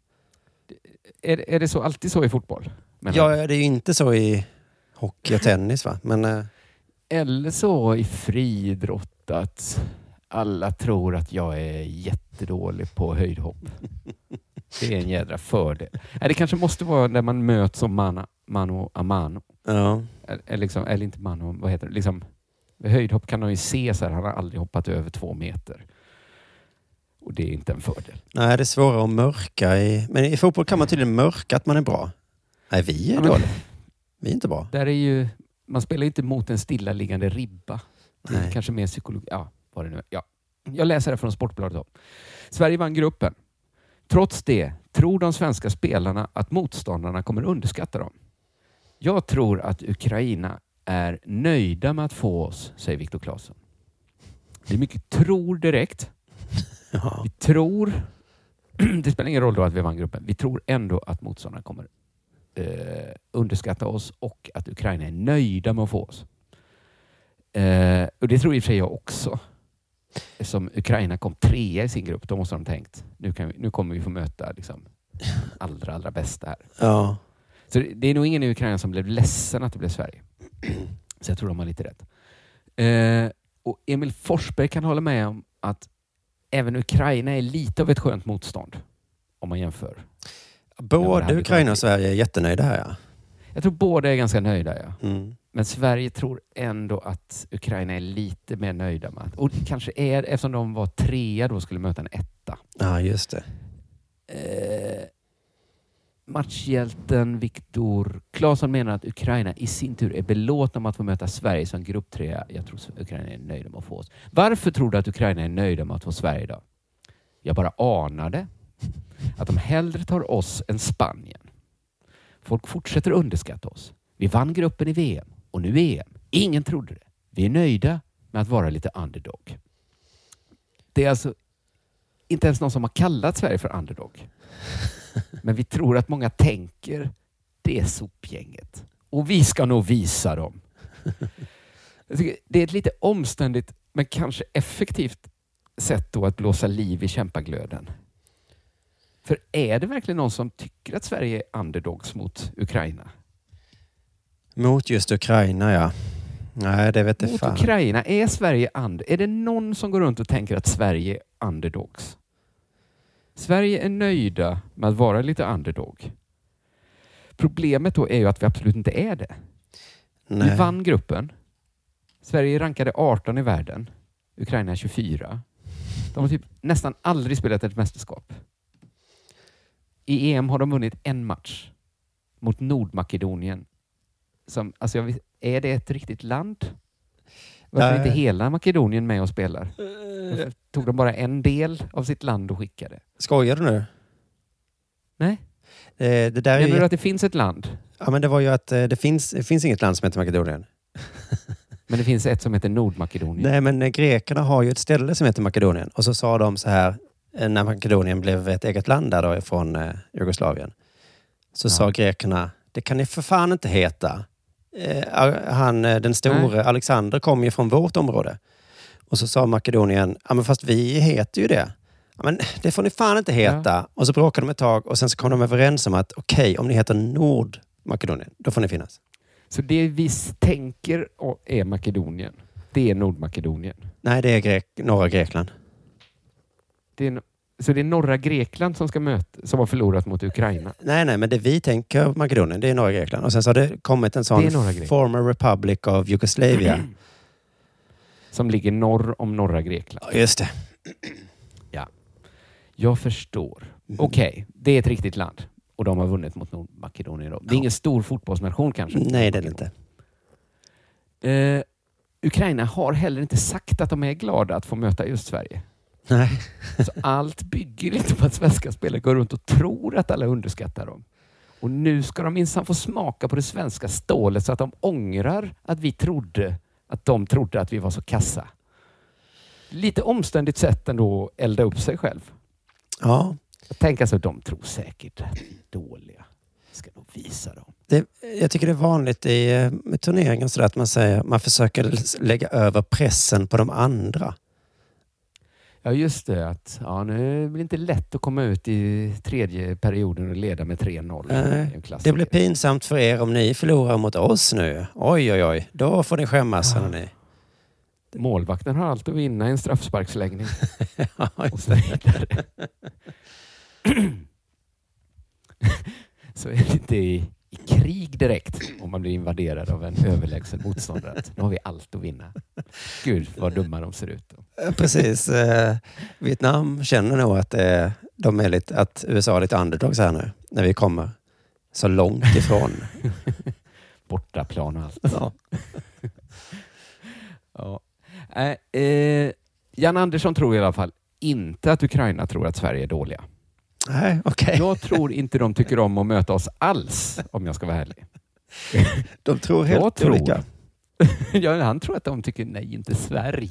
Är det så alltid så i fotboll? Ja, det är ju inte så i hockey och tennis va? Men, eller så i friidrott att alla tror att jag är jättedålig på höjdhopp. Det är en jädra fördel. Det kanske måste vara när man möts som mano a mano. Ja. Eller inte mano, vad heter det? Liksom, vid höjdhopp kan man ju se så här, han har aldrig hoppat över 2 meter. Och det är inte en fördel. Nej, det är svårare att mörka. Men i fotboll kan man tydligen mörka att man är bra. Nej, vi är dåliga. Vi är inte bra. Där är ju, man spelar inte mot en stillaliggande ribba. Det är kanske mer psykologi. Ja, vad det nu är. Ja. Jag läser det från Sportbladet då. Sverige vann gruppen. Trots det tror de svenska spelarna att motståndarna kommer underskatta dem. Jag tror att Ukraina är nöjda med att få oss, säger Viktor Claesson. Det är mycket tror direkt. Ja. Vi tror, det spelar ingen roll då att vi vann gruppen. Vi tror ändå att motståndarna kommer underskatta oss och att Ukraina är nöjda med att få oss. Och det tror i och för sig jag också. Som Ukraina kom 3 i sin grupp, då måste de tänkt nu kommer vi få möta liksom allra bästa här. Ja. Så det är nog ingen i Ukraina som blev ledsen att det blev Sverige. Så jag tror de har lite rätt. Och Emil Forsberg kan hålla med om att även Ukraina är lite av ett skönt motstånd om man jämför. Både Ukraina och Sverige är jättenöjda här, ja. Jag tror båda är ganska nöjda, ja. Mm. Men Sverige tror ändå att Ukraina är lite mer nöjda med. Och det kanske är, eftersom de var 3 då skulle möta en 1. Ja, just det. Matchhjälten Viktor Claesson menar att Ukraina i sin tur är belåtna med att få möta Sverige som grupp 3. Jag tror Ukraina är nöjda med att få oss. Varför tror du att Ukraina är nöjda med att få Sverige då? Jag bara anade att de hellre tar oss än Spanien. Folk fortsätter underskatta oss. Vi vann gruppen i VM och nu EM. Ingen trodde det. Vi är nöjda med att vara lite underdog. Det är alltså inte ens någon som har kallat Sverige för underdog. Men vi tror att många tänker det är sopgänget. Och vi ska nog visa dem. Jag tycker det är ett lite omständigt men kanske effektivt sätt då att blåsa liv i kämpaglöden. För är det verkligen någon som tycker att Sverige är underdogs mot Ukraina? Mot just Ukraina, ja. Nej, det vet jag fan. Mot Ukraina, är Sverige Är det någon som går runt och tänker att Sverige är underdogs? Sverige är nöjda med att vara lite underdog. Problemet då är ju att vi absolut inte är det. Nej. Vi vann gruppen. Sverige rankade 18 i världen. Ukraina 24. De har typ nästan aldrig spelat ett mästerskap. I EM har de vunnit en match mot Nordmakedonien. Som, alltså, är det ett riktigt land? Varför är inte hela Makedonien med och spelar? Varför tog de bara en del av sitt land och skickade? Skojar du nu? Nej. Det där menar du att det finns ett land? Ja, men det var ju att det finns inget land som heter Makedonien. Men det finns ett som heter Nordmakedonien. Nej, men grekerna har ju ett ställe som heter Makedonien. Och så sa de så här, när Makedonien blev ett eget land där då från Jugoslavien. Så sa grekerna, det kan ni för fan inte heta. Den store Alexander kom ju från vårt område. Och så sa Makedonien, ja men fast vi heter ju det. Ja, men det får ni fan inte heta. Ja. Och så bråkar de ett tag och sen så kom de överens om att okej, om ni heter Nordmakedonien, då får ni finnas. Så det vi tänker är Makedonien. Det är Nordmakedonien. Nej, det är norra Grekland. Så det är norra Grekland som som har förlorat mot Ukraina? Nej, men det vi tänker Makedonien, det är norra Grekland. Och sen så har det kommit en sån former republic of Jugoslavia. Som ligger norr om norra Grekland. Just det. Ja. Jag förstår. Okej, det är ett riktigt land. Och de har vunnit mot Nordmakedonien. Det är ingen stor fotbollsnation kanske. Nej, det är det inte. Ukraina har heller inte sagt att de är glada att få möta just Sverige. Nej. Så allt bygger lite på att svenska spelare går runt och tror att alla underskattar dem. Och nu ska de minsann få smaka på det svenska stålet så att de ångrar att de trodde att vi var så kassa. Lite omständigt sätt ändå att elda upp sig själv. Ja. Jag tänker så att de tror säkert att vi är dåliga. Vi ska nog visa dem. Jag tycker det är vanligt med turneringar så att man försöker lägga över pressen på de andra. Ja, just det. Att nu blir det inte lätt att komma ut i tredje perioden och leda med 3-0. Det blir pinsamt för er om ni förlorar mot oss nu. Oj. Då får ni skämmas. Ni. Målvakten har allt att vinna i en straffsparksläggning. Ja, och så vidare. Så är det inte i krig direkt om man blir invaderad av en överlägsen motståndare. Nu har vi allt att vinna. Gud, vad dumma de ser ut. Precis. Vietnam känner nog att att USA är lite underdogs här nu. När vi kommer så långt ifrån. Bortaplan och allt. Ja. Ja. Jan Andersson tror i alla fall inte att Ukraina tror att Sverige är dåliga. Nej, okej. Jag tror inte de tycker om att möta oss alls, om jag ska vara ärlig. De tror helt olika. Ja, han tror att de tycker nej, inte Sverige.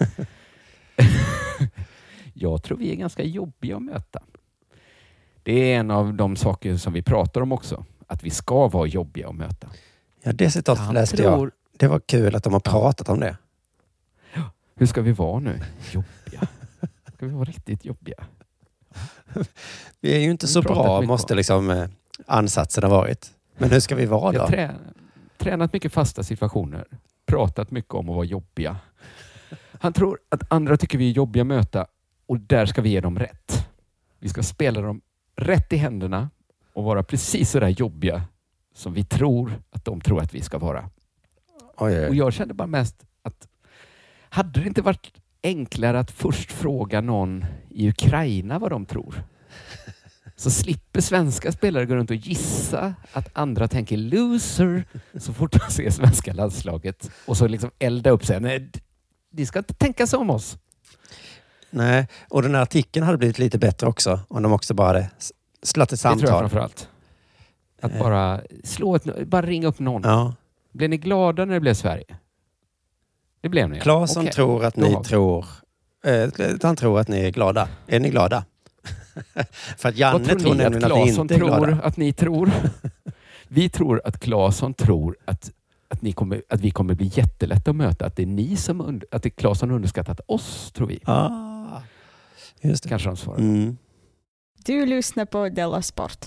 Jag tror vi är ganska jobbiga att möta. Det är en av de saker som vi pratar om också. Att vi ska vara jobbiga att möta. Ja, det citat läste jag. Det var kul att de har pratat om det. Hur ska vi vara nu? Jobbiga. Ska vi vara riktigt jobbiga? Vi är ju inte så bra, måste ansatsen ha varit. Men hur ska vi vara då? Jag har tränat mycket fasta situationer. Pratat mycket om att vara jobbiga. Han tror att andra tycker vi är jobbiga att möta och där ska vi ge dem rätt. Vi ska spela dem rätt i händerna och vara precis så där jobbiga som vi tror att de tror att vi ska vara. Oj. Och jag kände bara mest att hade det inte varit enklare att först fråga någon i Ukraina vad de tror? Så slipper svenska spelare gå runt och gissa att andra tänker loser så fort de ser svenska landslaget och så elda upp sig. Nej, de ska inte tänka så om oss. Nej, och den här artikeln hade blivit lite bättre också om de också bara hade slått ett samtal. Det tror jag framförallt. Att bara ringa upp någon. Ja. Blev ni glada när det blev Sverige? Det blev ni. Claesson tror att ni tror... han tror att ni är glada. Är ni glada? För att Janne tror nämligen att ni inte är glada. Att ni tror? Vi tror att Claesson tror att vi kommer bli jättelätta att möta. Att det är ni som att Claesson underskattat oss, tror vi. Just det. Kanske de svarar. Mm. Du lyssnar på Della Sport.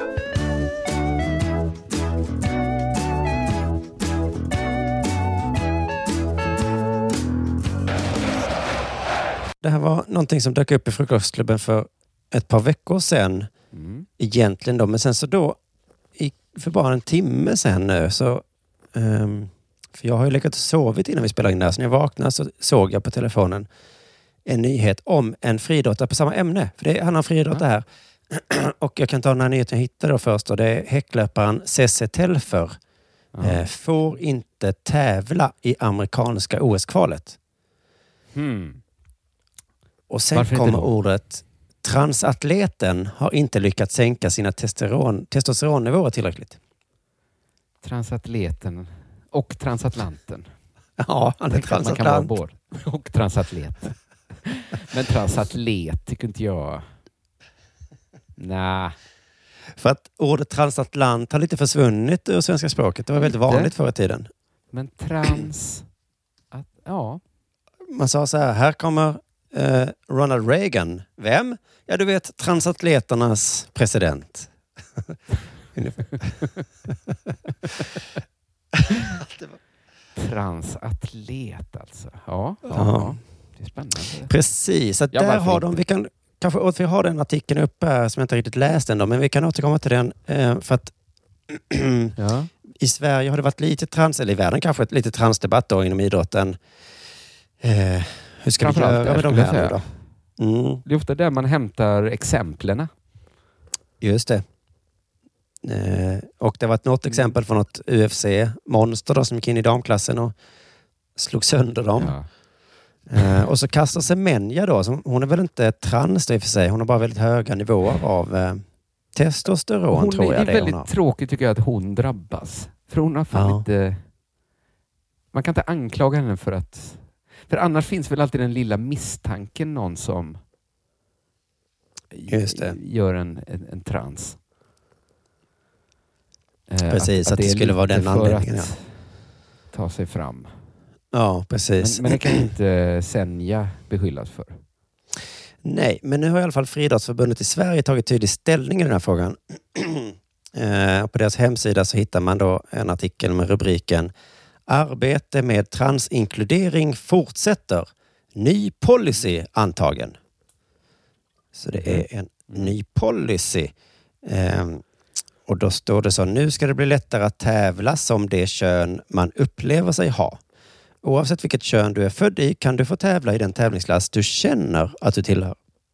Det här var någonting som dök upp i frukostklubben för ett par veckor sedan. Egentligen då. Men sen så då, för bara en timme sedan nu så... för jag har ju legat och sovit innan vi spelade in det här. Så när jag vaknade så såg jag på telefonen en nyhet om en friidrottare på samma ämne. För det handlar om friidrottare här. Och jag kan ta den här nyheten jag hittade då först. Och det är häcklöparen Cesse Telfer. Får inte tävla i amerikanska OS-kvalet. Och sen kommer ordet transatleten har inte lyckats sänka sina testosteronnivåer tillräckligt. Transatleten och transatlanten. Ja, han är transatlant. Och transatlet. Men transatlet tycker inte jag. Nej. För att ordet transatlant har lite försvunnit ur svenska språket. Det var väldigt vanligt förr i tiden. Men ja. Man sa så här kommer Ronald Reagan. Vem? Ja, du vet, transatleternas president. Transatlet alltså. Ja. Det är spännande. Precis, så där har de, vi har den artikeln uppe här som jag inte riktigt läst än då, men vi kan återkomma till den för att i Sverige har det varit lite eller i världen kanske ett lite transdebatt då inom idrotten. Hur ska vi göra med de här nu då? Det är ofta där man hämtar exemplen. Just det. Och det har varit något exempel från något UFC-monster då, som gick in i damklassen och slog sönder dem. Och så kastar sig Menja då, hon är väl inte trans i och för sig, hon har bara väldigt höga nivåer av testosteron, tror jag. Det är väldigt tråkigt tycker jag att hon drabbas. För hon har fan inte... Man kan inte anklaga henne för att... För annars finns väl alltid den lilla misstanken någon som gör en trans. Precis, att det skulle vara den anledningen. Att ta sig fram. Ja, precis. Men det kan inte Senja beskyllas för. Nej, men nu har i alla fall Friidrottsförbundet i Sverige tagit tydlig ställning i den här frågan. På deras hemsida så hittar man då en artikel med rubriken Arbete med transinkludering fortsätter. Ny policy antagen. Så det är en ny policy. Och då står det så, nu ska det bli lättare att tävla som det kön man upplever sig ha. Oavsett vilket kön du är född i kan du få tävla i den tävlingsklass du känner att du tillhör.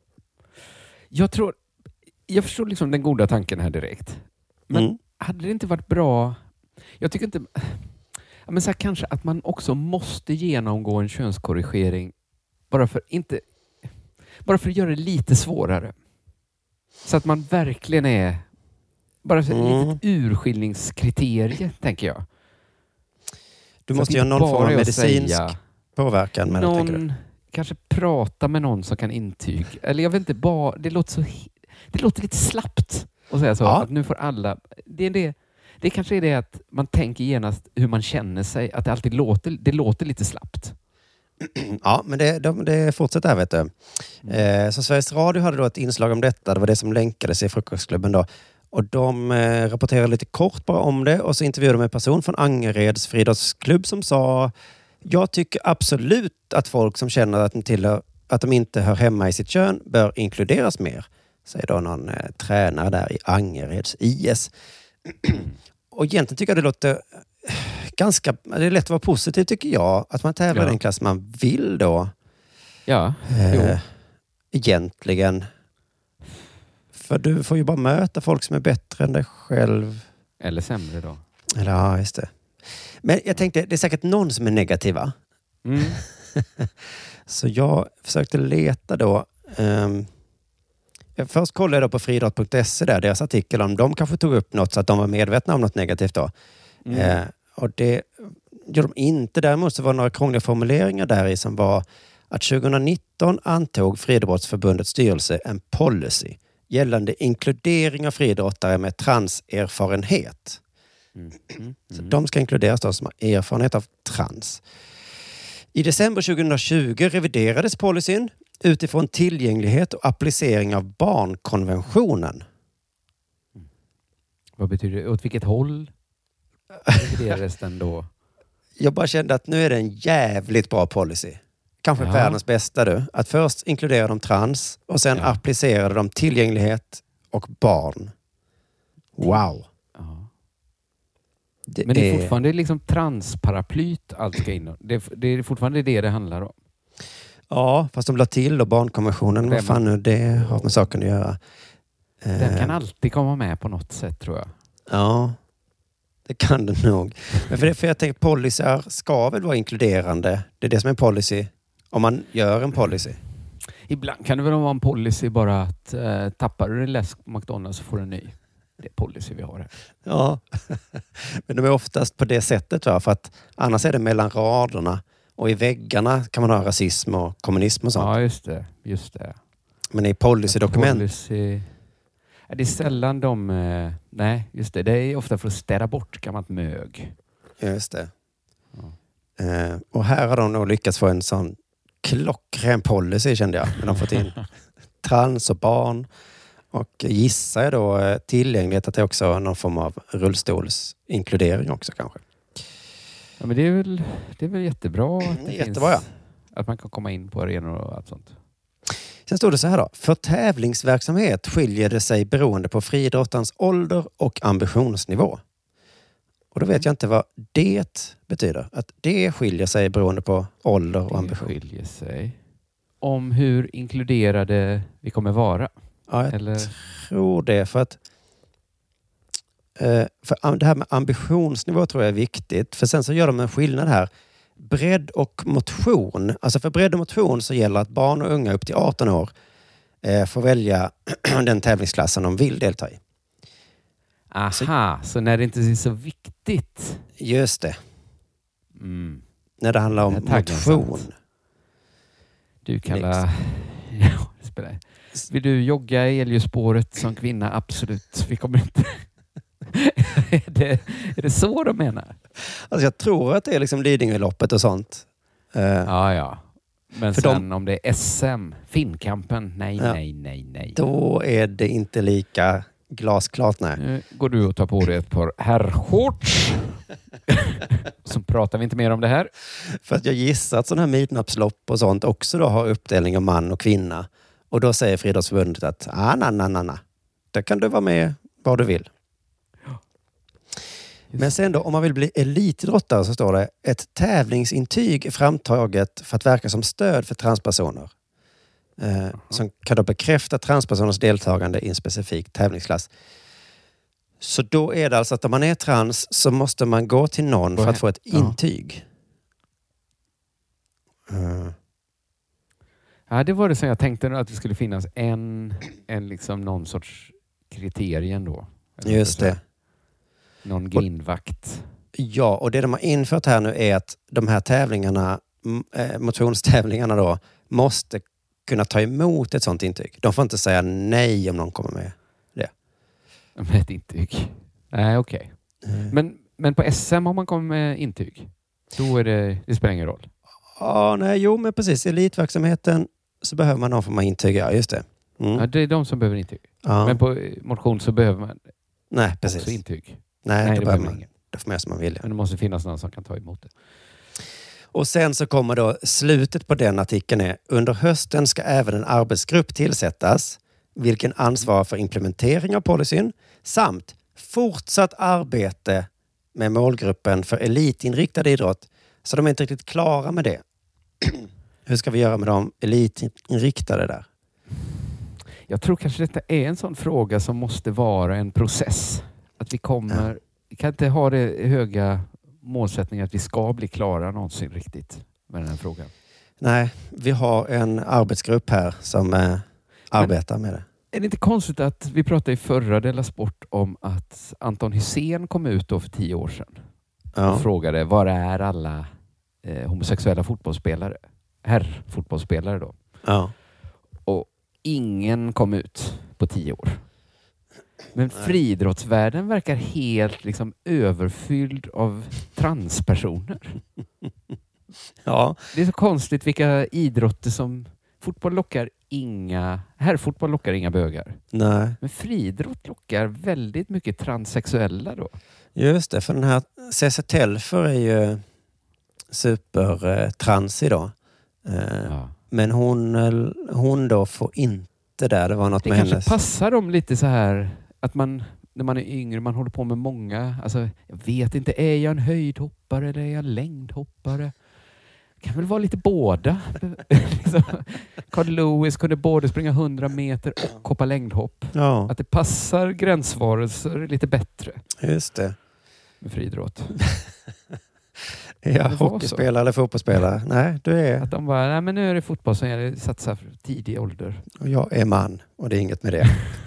Jag förstår liksom den goda tanken här direkt. Men hade det inte varit bra... Jag tycker inte... Men så här, kanske att man också måste genomgå en könskorrigering bara för att göra det lite svårare. Så att man verkligen är... Bara för ett litet urskiljningskriterie, tänker jag. Du måste göra någon form av medicinsk påverkan med det, tänker du? Kanske prata med någon som kan intyga. Eller jag vet inte, det låter lite slappt att säga så. Att nu får alla... Det kanske är det att man tänker genast hur man känner sig. Att det alltid låter lite slappt. Ja, men det fortsätter här, vet du. Så Sveriges Radio hade då ett inslag om detta. Det var det som länkades i Frukostklubben då. Och de rapporterade lite kort bara om det. Och så intervjuade de en person från Angereds friidrottsklubb som sa: jag tycker absolut att folk som känner att de inte hör hemma i sitt kön bör inkluderas mer. Säger då någon tränare där i Angereds IS. Och egentligen tycker jag det låter det är lätt att vara positiv, tycker jag. Att man tävlar i den klass man vill då. Ja. Egentligen. För du får ju bara möta folk som är bättre än dig själv. Eller sämre då. Ja, just det. Men jag tänkte, det är säkert någon som är negativa. Så jag försökte leta då. Först kollade jag då på friidrott.se där, deras artikel om de kanske tog upp något så att de var medvetna om något negativt då. Och det gjorde de inte. Däremot så var det några krångliga formuleringar där i som var att 2019 antog Friidrottsförbundets styrelse en policy gällande inkludering av friidrottare med transerfarenhet. Så de ska inkluderas då som har erfarenhet av trans. I december 2020 reviderades policyn utifrån tillgänglighet och applicering av barnkonventionen. Vad betyder det? Åt vilket håll reviderades den då? Jag bara kände att nu är det en jävligt bra policy. Kanske världens bästa du. Att först inkludera de trans och sen applicera de tillgänglighet och barn. Wow. Men det är fortfarande liksom transparaplyt allt ska in. Det är fortfarande det handlar om. Ja, fast de la till och barnkonventionen. Vad fan nu, det har med saken att göra. Den kan alltid komma med på något sätt, tror jag. Ja, det kan det nog. Men för jag tänker, policyar ska väl vara inkluderande. Det är det som är en policy. Om man gör en policy. Ibland kan det väl vara en policy bara att tappar du en läsk på McDonalds så får du en ny. Det är policy vi har här. Ja, men de är oftast på det sättet, va? För att annars är det mellan raderna och i väggarna kan man ha rasism och kommunism och sånt. Ja, just det. Men i policydokument... Det är sällan nej, just det. Det är ofta för att städa bort gammalt mög. Just det. Ja. Och här har de nog lyckats få en sån klockren policy kände jag. Men de fått in trans och barn. Och gissar jag då tillgänglighet att det också är någon form av rullstolsinkludering också kanske. Ja, men det är väl jättebra att det jättebra, finns, att man kan komma in på arenor och allt sånt. Sen står det så här då. För tävlingsverksamhet skiljer det sig beroende på friidrottarens ålder och ambitionsnivå. Och då vet jag inte vad det betyder. Att det skiljer sig beroende på ålder och ambition. Det skiljer sig. Om hur inkluderade vi kommer vara. Ja, jag tror det. För det här med ambitionsnivå tror jag är viktigt. För sen så gör de en skillnad här. Bredd och motion. Alltså för bredd och motion så gäller att barn och unga upp till 18 år får välja den tävlingsklassen de vill delta i. Aha, så när det inte är så viktigt. Just det. När det handlar om motion. Du kallar... Ja, det spelar. Vill du jogga i Älgöspåret som kvinna? Absolut. Vi kommer inte... är det så de menar? Alltså jag tror att det är liksom Lidingöloppet och sånt. Ja. Men för sen om det är SM, Finnkampen, nej. Då är det inte lika glasklart, nej. Nu går du och tar på dig ett par herrshorts. Så pratar vi inte mer om det här. För att jag gissar att sådana här midnapslopp och sånt också då har uppdelning av man och kvinna. Och då säger Friidrottsförbundet att na. Där kan du vara med vad du vill. Men sen då, om man vill bli elitidrottare så står det ett tävlingsintyg är framtaget för att verka som stöd för transpersoner. Som kan då bekräfta transpersoners deltagande i en specifik tävlingsklass. Så då är det alltså att om man är trans så måste man gå till någon för att få ett intyg. Ja, det var det som jag tänkte att det skulle finnas en liksom någon sorts kriterien då. Just det. Någon grindvakt. Ja, och det de har infört här nu är att de här tävlingarna, motionstävlingarna då, måste kunna ta emot ett sånt intyg. De får inte säga nej om någon kommer med det. Med ett intyg? Nej, okej. Men på SM har man kommit med intyg? Då är det spelar ingen roll? Ja, men precis. I elitverksamheten så behöver man någon form av intyg, ja, just det. Ja, det är de som behöver intyg. Ja. Men på motion så behöver man också intyg. Nej, det behöver man ingen. Det får man som man vill. Men det måste finnas någon som kan ta emot det. Och sen så kommer då slutet på den artikeln är: under hösten ska även en arbetsgrupp tillsättas vilken ansvarar för implementering av policyn samt fortsatt arbete med målgruppen för elitinriktad idrott. Så de är inte riktigt klara med det. Hur ska vi göra med de elitinriktade där? Jag tror kanske detta är en sån fråga som måste vara en process. Att vi kan inte ha det höga målsättningen att vi ska bli klara någonsin riktigt med den här frågan. Nej, vi har en arbetsgrupp här som arbetar med det. Är det inte konstigt att vi pratade i förra Della Sport om att Anton Hysén kom ut då för 10 år sedan och frågade var är alla homosexuella fotbollsspelare? Herrfotbollsspelare då. Ja. Och ingen kom ut på 10 år. Men friidrottsvärlden verkar helt liksom överfylld av transpersoner. Ja. Det är så konstigt vilka idrotter som herrfotboll lockar inga bögar. Nej. Men friidrott lockar väldigt mycket transsexuella då. Just det, för den här Cesar Telfer är ju supertrans idag. Men hon då får inte där. Det var något det med kanske hennes... passar dem lite så här att man, när man är yngre, man håller på med många, alltså jag vet inte, är jag en höjdhoppare eller är jag längdhoppare? Kan väl vara lite båda. Carl Lewis kunde både springa 100 meter och hoppa längdhopp. Ja. Att det passar gränsvarelser lite bättre. Just det. Med friidrott. Ja, hockeyspelare eller fotbollsspelare. Nej, du är... Att de bara, nej men nu är det fotboll som jag satsar för tidig ålder. Och jag är man och det är inget med det.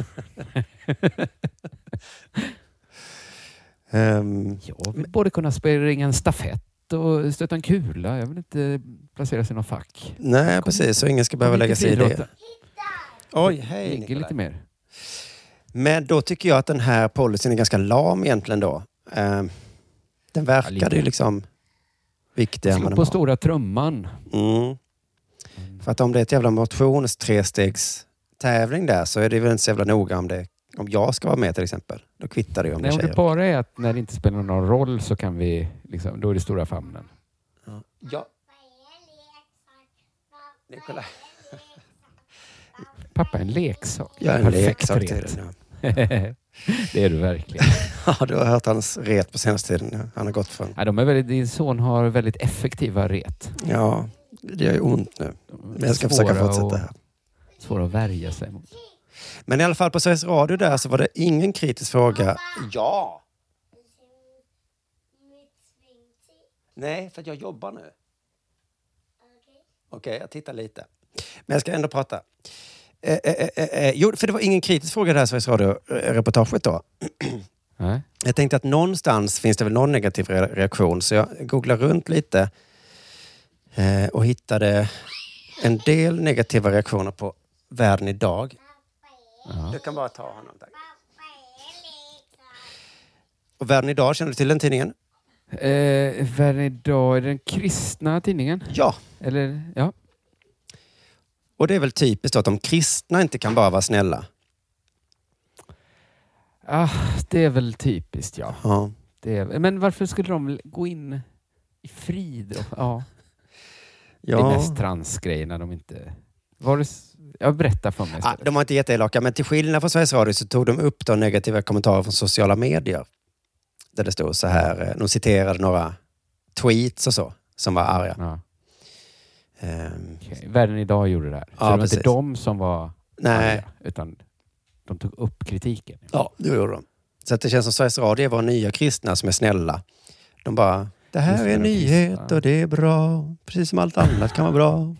Jag vill både kunna springa en stafett och stöta en kula. Jag vill inte placeras i någon fack. Nej, precis. Så ingen ska behöva lägga sig i det. Oj, hej Nikolaj. Lite mer. Men då tycker jag att den här policyn är ganska lam egentligen då. Den verkade ju liksom viktigare än vad den på var. stora trumman. Mm. För att om det är ett jävla motions-3-stegstävling där så är det väl inte så jävla noga om jag ska vara med till exempel. Då kvittar det ju om det är tjejer. Det bara är att när det inte spelar någon roll så kan vi, liksom, då är det stora famnen. Ja. Nikolaj. Pappa är en leksak. Jag är en leksak till den, ja. Det är du verkligen. Ja, du har hört hans ret på senaste tiden. Han har gått från... Ja, din son har väldigt effektiva ret. Ja, det gör ju ont nu. Men jag ska försöka fortsätta här. Svåra att värja sig mot. Men i alla fall på Sveriges Radio där så var det ingen kritisk fråga. Ja! Nej, för att jag jobbar nu. Okej, jag tittar lite. Men jag ska ändå prata. Jo, för det var ingen kritisk fråga där i Sveriges Radio-reportaget då. Nej. Jag tänkte att någonstans finns det väl någon negativ reaktion. Så jag googlade runt lite och hittade en del negativa reaktioner på Världen idag. Ja. Du kan bara ta honom, tack. Och Världen idag, känner du till den tidningen? Världen idag, är det den kristna tidningen? Ja. Eller, ja. Och det är väl typiskt att de kristna inte kan bara vara snälla. Det är väl typiskt, ja. Ja. Men varför skulle de gå in i frid? Ja. Ja. Det är mest transgrejerna de inte... Jag berättar för mig istället. De var inte jätteelaka, men till skillnad från Sveriges Radio så tog de upp då negativa kommentarer från sociala medier. Där det stod så här, de citerade några tweets och så, som var arga. Ja. Okay. Världen idag gjorde det här. Så det var inte de som var arga, utan de tog upp kritiken. Ja, det gjorde de. Så att det känns som Sveriges Radio var nya kristna som är snälla. De bara, det här är en nyhet kristna. Och det är bra. Precis som allt annat kan vara bra.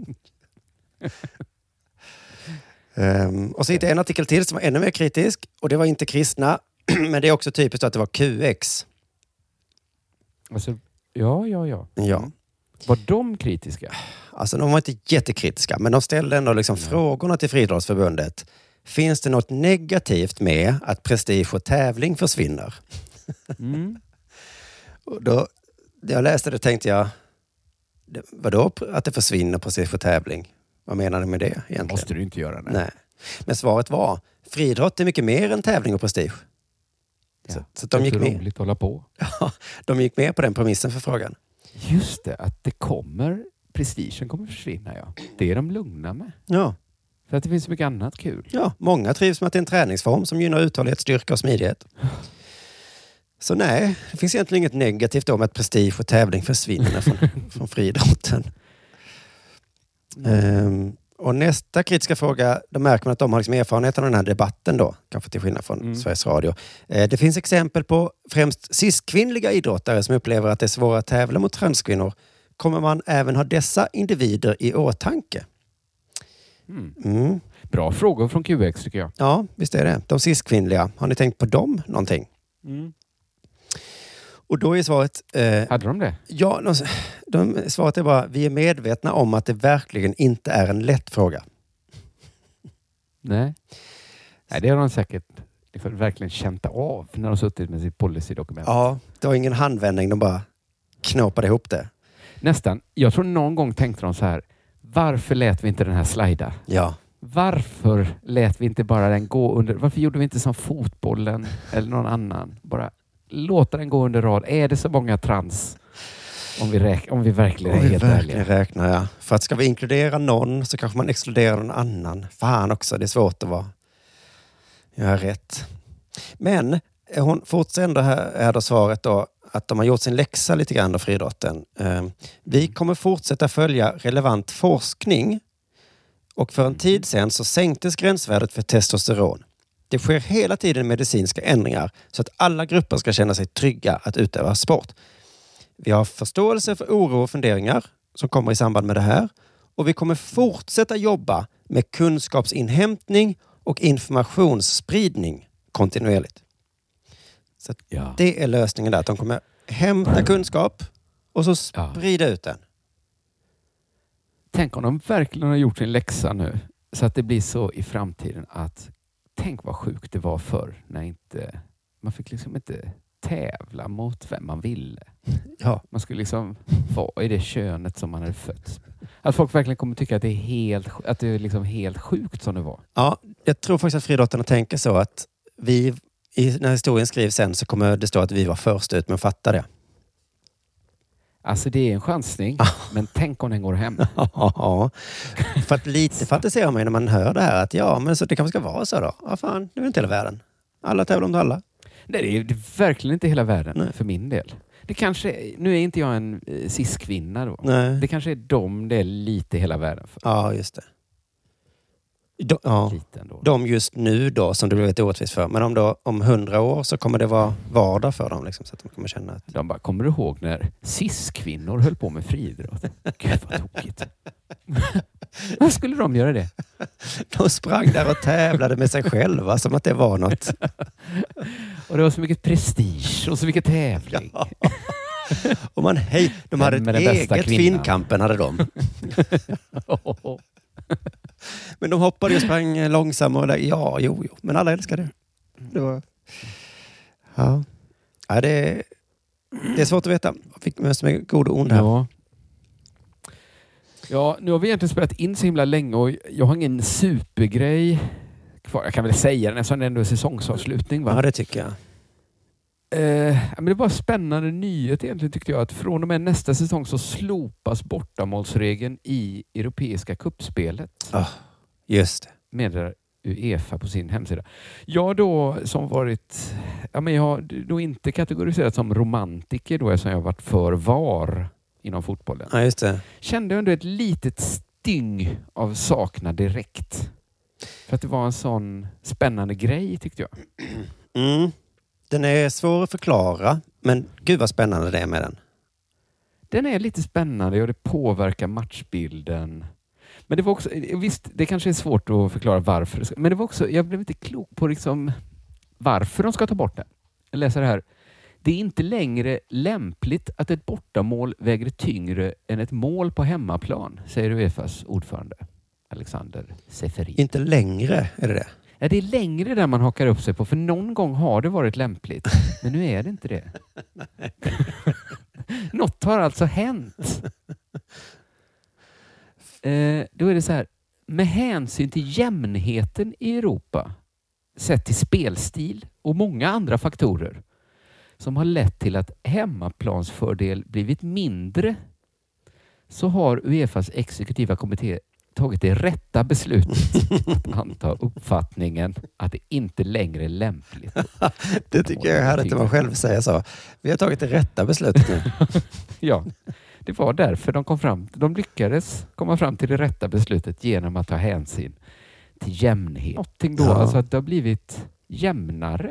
Och så hittade jag en artikel till som var ännu mer kritisk. Och det var inte kristna. Men det är också typiskt att det var QX. Alltså, ja. Var de kritiska? Alltså de var inte jättekritiska. Men de ställde ändå liksom frågorna till Friidrottsförbundet. Finns det något negativt med att prestige och tävling försvinner? Mm. Och då, när jag läste det tänkte jag, vadå att det försvinner prestige och tävling? Vad menar du med det egentligen? Måste du inte göra det. Nej. Men svaret var, friidrott är mycket mer än tävling och prestige. Ja, så de gick med. Roligt att hålla på. Ja, de gick med på den premissen för frågan. Just det, att prestigen kommer försvinna, ja. Det är de lugna med. Ja. För att det finns så mycket annat kul. Ja, många trivs med att det är en träningsform som gynnar uthållighet, styrka och smidighet. Så nej, det finns egentligen inget negativt då med att prestige och tävling försvinner från friidrotten. Och nästa kritiska fråga, då märker man att de har liksom erfarenhet av den här debatten då, kanske till skillnad från Sveriges Radio. Det finns exempel på främst cis-kvinnliga idrottare som upplever att det är svårt att tävla mot transkvinnor. Kommer man även ha dessa individer i åtanke? Bra frågor från QX tycker jag. Ja, visst är det. De cis-kvinnliga, har ni tänkt på dem någonting? Och då är svaret... Hade de det? Ja, svaret är bara, vi är medvetna om att det verkligen inte är en lätt fråga. Nej, det har de säkert verkligen känt av när de suttit med sitt policydokument. Ja, det var ingen handvändning, de bara knåpade ihop det. Nästan. Jag tror någon gång tänkte de så här, varför lät vi inte den här slida? Ja. Varför lät vi inte bara den gå under... Varför gjorde vi inte som fotbollen eller någon annan? Bara låta den gå under rad. Är det så många trans? Om vi verkligen är helt ärliga. Räknar, ja. För att ska vi inkludera någon så kanske man exkluderar någon annan. Fan också, det är svårt att göra rätt. Men hon fortsätter ändå här då svaret då, att de har gjort sin läxa lite grann av friidrotten. Vi kommer fortsätta följa relevant forskning. Och för en tid sedan så sänktes gränsvärdet för testosteron. Det sker hela tiden medicinska ändringar så att alla grupper ska känna sig trygga att utöva sport. Vi har förståelse för oro och funderingar som kommer i samband med det här. Och vi kommer fortsätta jobba med kunskapsinhämtning och informationsspridning kontinuerligt. Så det är lösningen där. Att de kommer hämta kunskap och så sprida ut den. Tänk om de verkligen har gjort sin läxa nu så att det blir så i framtiden att tänk vad sjukt det var förr när man fick liksom inte tävla mot vem man ville. Ja. Man skulle liksom vara i det könet som man hade fötts. Att folk verkligen kommer tycka att det är liksom helt sjukt som det var. Ja, jag tror faktiskt att friidrottarna tänker så att när historien skrivs sen så kommer det stå att vi var först ut, men fatta det. Alltså det är en chansning, men tänk om den går hem. Ja, för att lite fantiserar man när man hör det här att ja, men så det kanske ska vara så då. Ja fan, det är inte hela världen. Alla tävlar om alla. Nej, det är verkligen inte hela världen för min del. Det kanske, nu är inte jag en cis-kvinna då. Nej. Det kanske är det är lite hela världen för. Ja, just det. De just nu då som det blir lite orättvist för. Men om 100 år så kommer det vara vardag för dem. Liksom, så att de kommer känna att... De bara, kommer du ihåg när cis-kvinnor höll på med friidrott? Gud vad tokigt. Vad skulle de göra det? De sprang där och tävlade med sig själva som att det var något. Och det var så mycket prestige och så mycket tävling. Ja. Och de hade ett eget Finnkampen hade de. Men de hoppade och sprang långsammare. Ja, jo. Men alla älskade det. Det var... Ja, det är svårt att veta. Jag fick med god och ond här. Ja, nu har vi egentligen spelat in så himla länge och jag har ingen supergrej kvar. Jag kan väl säga den eftersom det ändå är säsongsavslutning, va? Ja, det tycker jag. Men det var spännande nyhet egentligen tyckte jag att från och med nästa säsong så slopas bortamålsregeln i Europeiska cupspelet. Just det. Meddelar UEFA på sin hemsida. Jag då som varit, jag har då inte kategoriserat som romantiker då eftersom jag har varit för VAR inom fotbollen. Ja, just det. Kände ändå ett litet sting av saknad direkt. För att det var en sån spännande grej tyckte jag. Den är svår att förklara, men gud vad spännande det är med den. Den är lite spännande och det påverkar matchbilden. Men det var också, visst, det kanske är svårt att förklara varför. Men det var också, jag blev inte klok på liksom varför de ska ta bort den. Jag läser det här. Det är inte längre lämpligt att ett bortamål väger tyngre än ett mål på hemmaplan, säger UEFAs ordförande Alexander Seferin. Inte längre, är det? Ja, det är längre där man hakar upp sig på, för någon gång har det varit lämpligt. Men nu är det inte det. Något har alltså hänt. Då är det så här, med hänsyn till jämnheten i Europa, sett till spelstil och många andra faktorer som har lett till att hemmaplansfördel blivit mindre, så har UEFAs exekutiva kommitté tagit det rätta beslutet att anta uppfattningen att det inte längre är lämpligt. Det tycker jag hade inte man själv säga så. Vi har tagit det rätta beslutet nu. Ja, det var därför de lyckades komma fram till det rätta beslutet genom att ta hänsyn till jämnhet. Någonting då, alltså att det har blivit jämnare.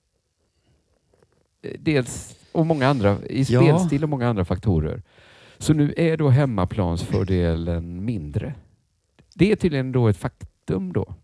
Dels och många andra i spelstil och många andra faktorer. Så nu är då hemmaplansfördelen mindre. Det är tydligen då ett faktum då.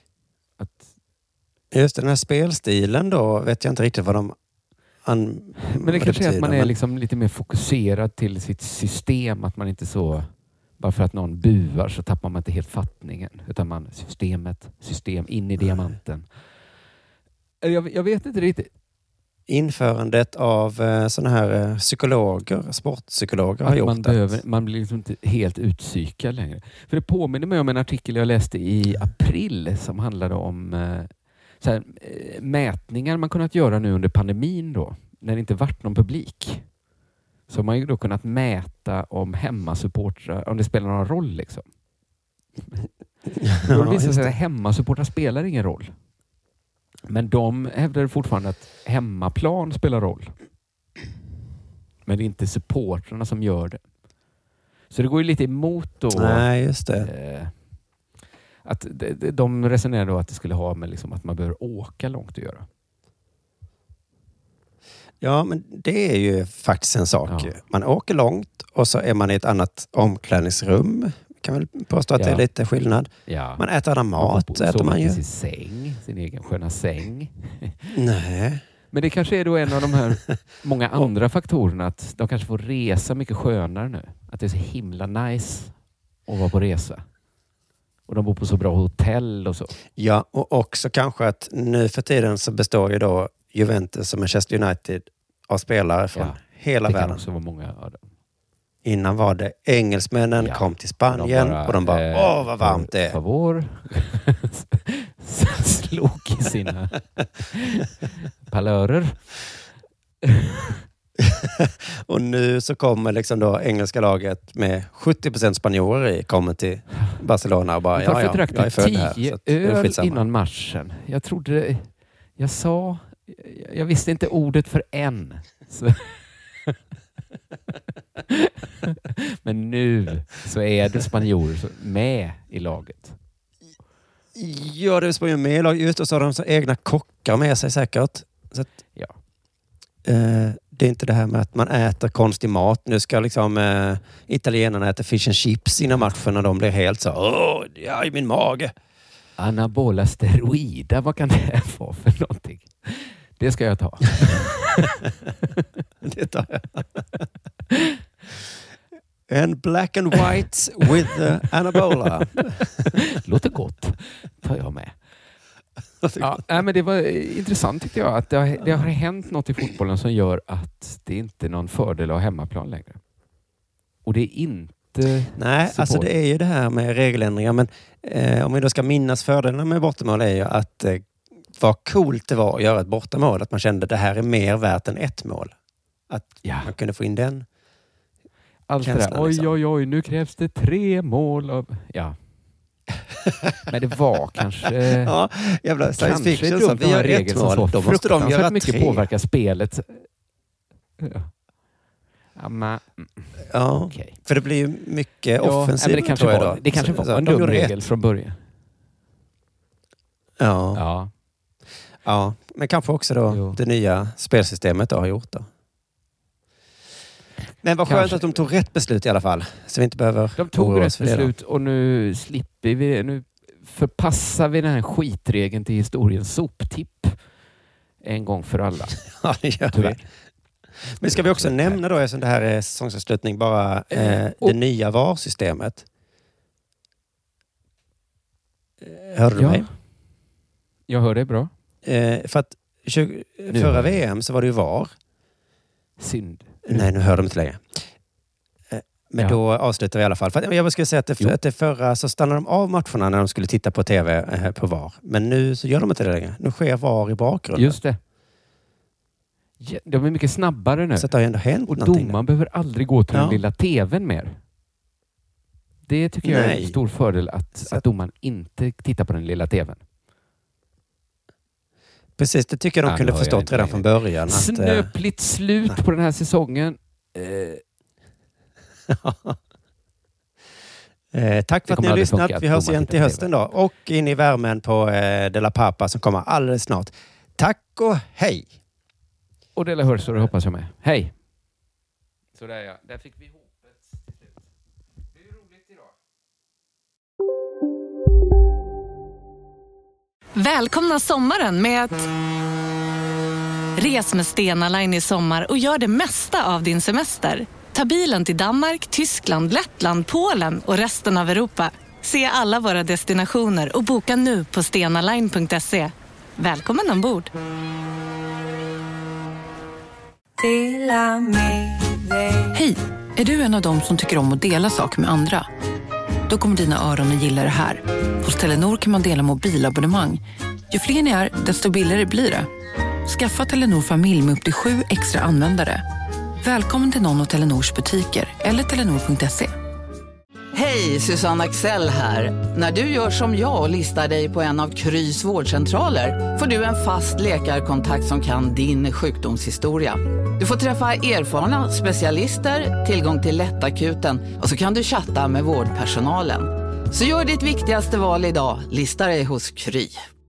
Just den här spelstilen då vet jag inte riktigt vad de men det kanske är att man är liksom lite mer fokuserad till sitt system, att man inte så bara för att någon buar så tappar man inte helt fattningen, utan system in i diamanten. Jag vet inte riktigt. Införandet av såna här sportpsykologer har gjort man blir liksom inte helt utpsykad längre. För det påminner mig om en artikel jag läste i april som handlade om mätningar man kunnat göra nu under pandemin då, när det inte varit någon publik. Så man ju då kunnat mäta om hemmasupportrar, om det spelar någon roll liksom. Då visar sig att hemmasupportrar spelar ingen roll. Men de hävdar fortfarande att hemmaplan spelar roll. Men det är inte supportrarna som gör det. Så det går ju lite emot då. Nej, just det. Att de resonerar då att det skulle ha med liksom att man behöver åka långt att göra. Ja, men det är ju faktiskt en sak. Ja. Man åker långt och så är man i ett annat omklädningsrum. Kan väl påstå att det är lite skillnad. Ja. Man äter annan mat. Äter man ju. Sin egen sköna säng. Nej. Men det kanske är då en av de här många andra faktorerna, att de kanske får resa mycket skönare nu. Att det är så himla nice att vara på resa. Och de bor på så bra hotell och så. Ja, och också kanske att nu för tiden så består ju då Juventus och Manchester United av spelare från hela världen. Det kan också vara många av dem. Innan var det engelsmännen kom till Spanien och de bara, vad varmt det är. Favor. Slog i sina palörer. Och nu så kommer liksom då engelska laget med 70% spanjorer i, kommer till Barcelona och bara, jag drack jag är född här. 10 öl innan matchen. Jag trodde, jag visste inte ordet för en. Så. Men nu så är det spanjorer med i laget. Ja, det är spanjorer med i laget. Just och så har de så egna kockar med sig säkert. Så att, ja. Det är inte det här med att man äter konstig mat. Nu ska liksom italienarna äta fish and chips innan matchen och de blir helt så, i min mage. Anabola steroider, vad kan det vara för någonting? Det ska jag ta. Det tar jag. En black and white with anabola. Låter gott. Tar jag med. Ja, men det var intressant tyckte jag att det har hänt något i fotbollen som gör att det inte är någon fördel att ha hemmaplan längre. Och det är inte... Nej, alltså det är ju det här med regeländringar, men om vi då ska minnas fördelarna med bortamål är ju att vad coolt det var att göra ett bortamål, att man kände att det här är mer värt än ett mål. Att man kunde få in den allt känslan. Det där, oj, nu krävs det 3 mål av... Ja. Men det var kanske... ja, jävla science fiction. Så vi gör ett mål, då måste de göra mycket 3. Påverka spelet. Okay. För det blir ju mycket offensivt. Det kanske var en dum regel från början. Ja, men kanske också då det nya spelsystemet då har gjort då. Men vad skönt att de tog rätt beslut i alla fall. Så vi inte behöver... De tog rätt beslut och nu slipper vi... Nu förpassar vi den här skitregeln till historiens soptipp. En gång för alla. Ja, det gör vi. Men ska vi också nämna då, eftersom det här är säsongsavslutning, bara det nya VAR-systemet. Hörde du mig? Jag hör det bra. För att förra VM så var det ju VAR. Synd. Nej, nu hör de inte längre. Men då avslutar vi i alla fall. För jag skulle säga att det förra så stannade de av matcherna när de skulle titta på tv på VAR. Men nu så gör de inte det längre. Nu sker VAR i bakgrunden. Just det. De är mycket snabbare nu. Så det har ändå hänt och någonting. Domaren behöver aldrig gå till den lilla tvn mer. Det tycker jag är en stor fördel att domaren inte tittar på den lilla tvn. Precis, det tycker jag de kunde förstått redan från början. Snöpligt slut på den här säsongen. Tack för att ni har lyssnat. Vi hörs igen till hösten då. Och in i värmen på De La Papa som kommer alldeles snart. Tack och hej! Och Dela hörs, så det hoppas jag med. Hej! Sådär ja, där fick vi ihop ett. Det är roligt idag. Välkomna sommaren med att... Res med Stena Line i sommar och gör det mesta av din semester. Ta bilen till Danmark, Tyskland, Lettland, Polen och resten av Europa. Se alla våra destinationer och boka nu på stenaline.se. Välkommen ombord! Hej! Är du en av dem som tycker om att dela saker med andra? Då kommer dina öron att gilla det här. Hos Telenor kan man dela mobilabonnemang. Ju fler ni är, desto billigare blir det. Skaffa Telenor familj med upp till 7 extra användare. Välkommen till någon av Telenors butiker eller telenor.se. Hej, Susanne Axel här. När du gör som jag och listar dig på en av Krys vårdcentraler får du en fast läkarkontakt som kan din sjukdomshistoria. Du får träffa erfarna specialister, tillgång till lättakuten och så kan du chatta med vårdpersonalen. Så gör ditt viktigaste val idag, lista dig hos Kry.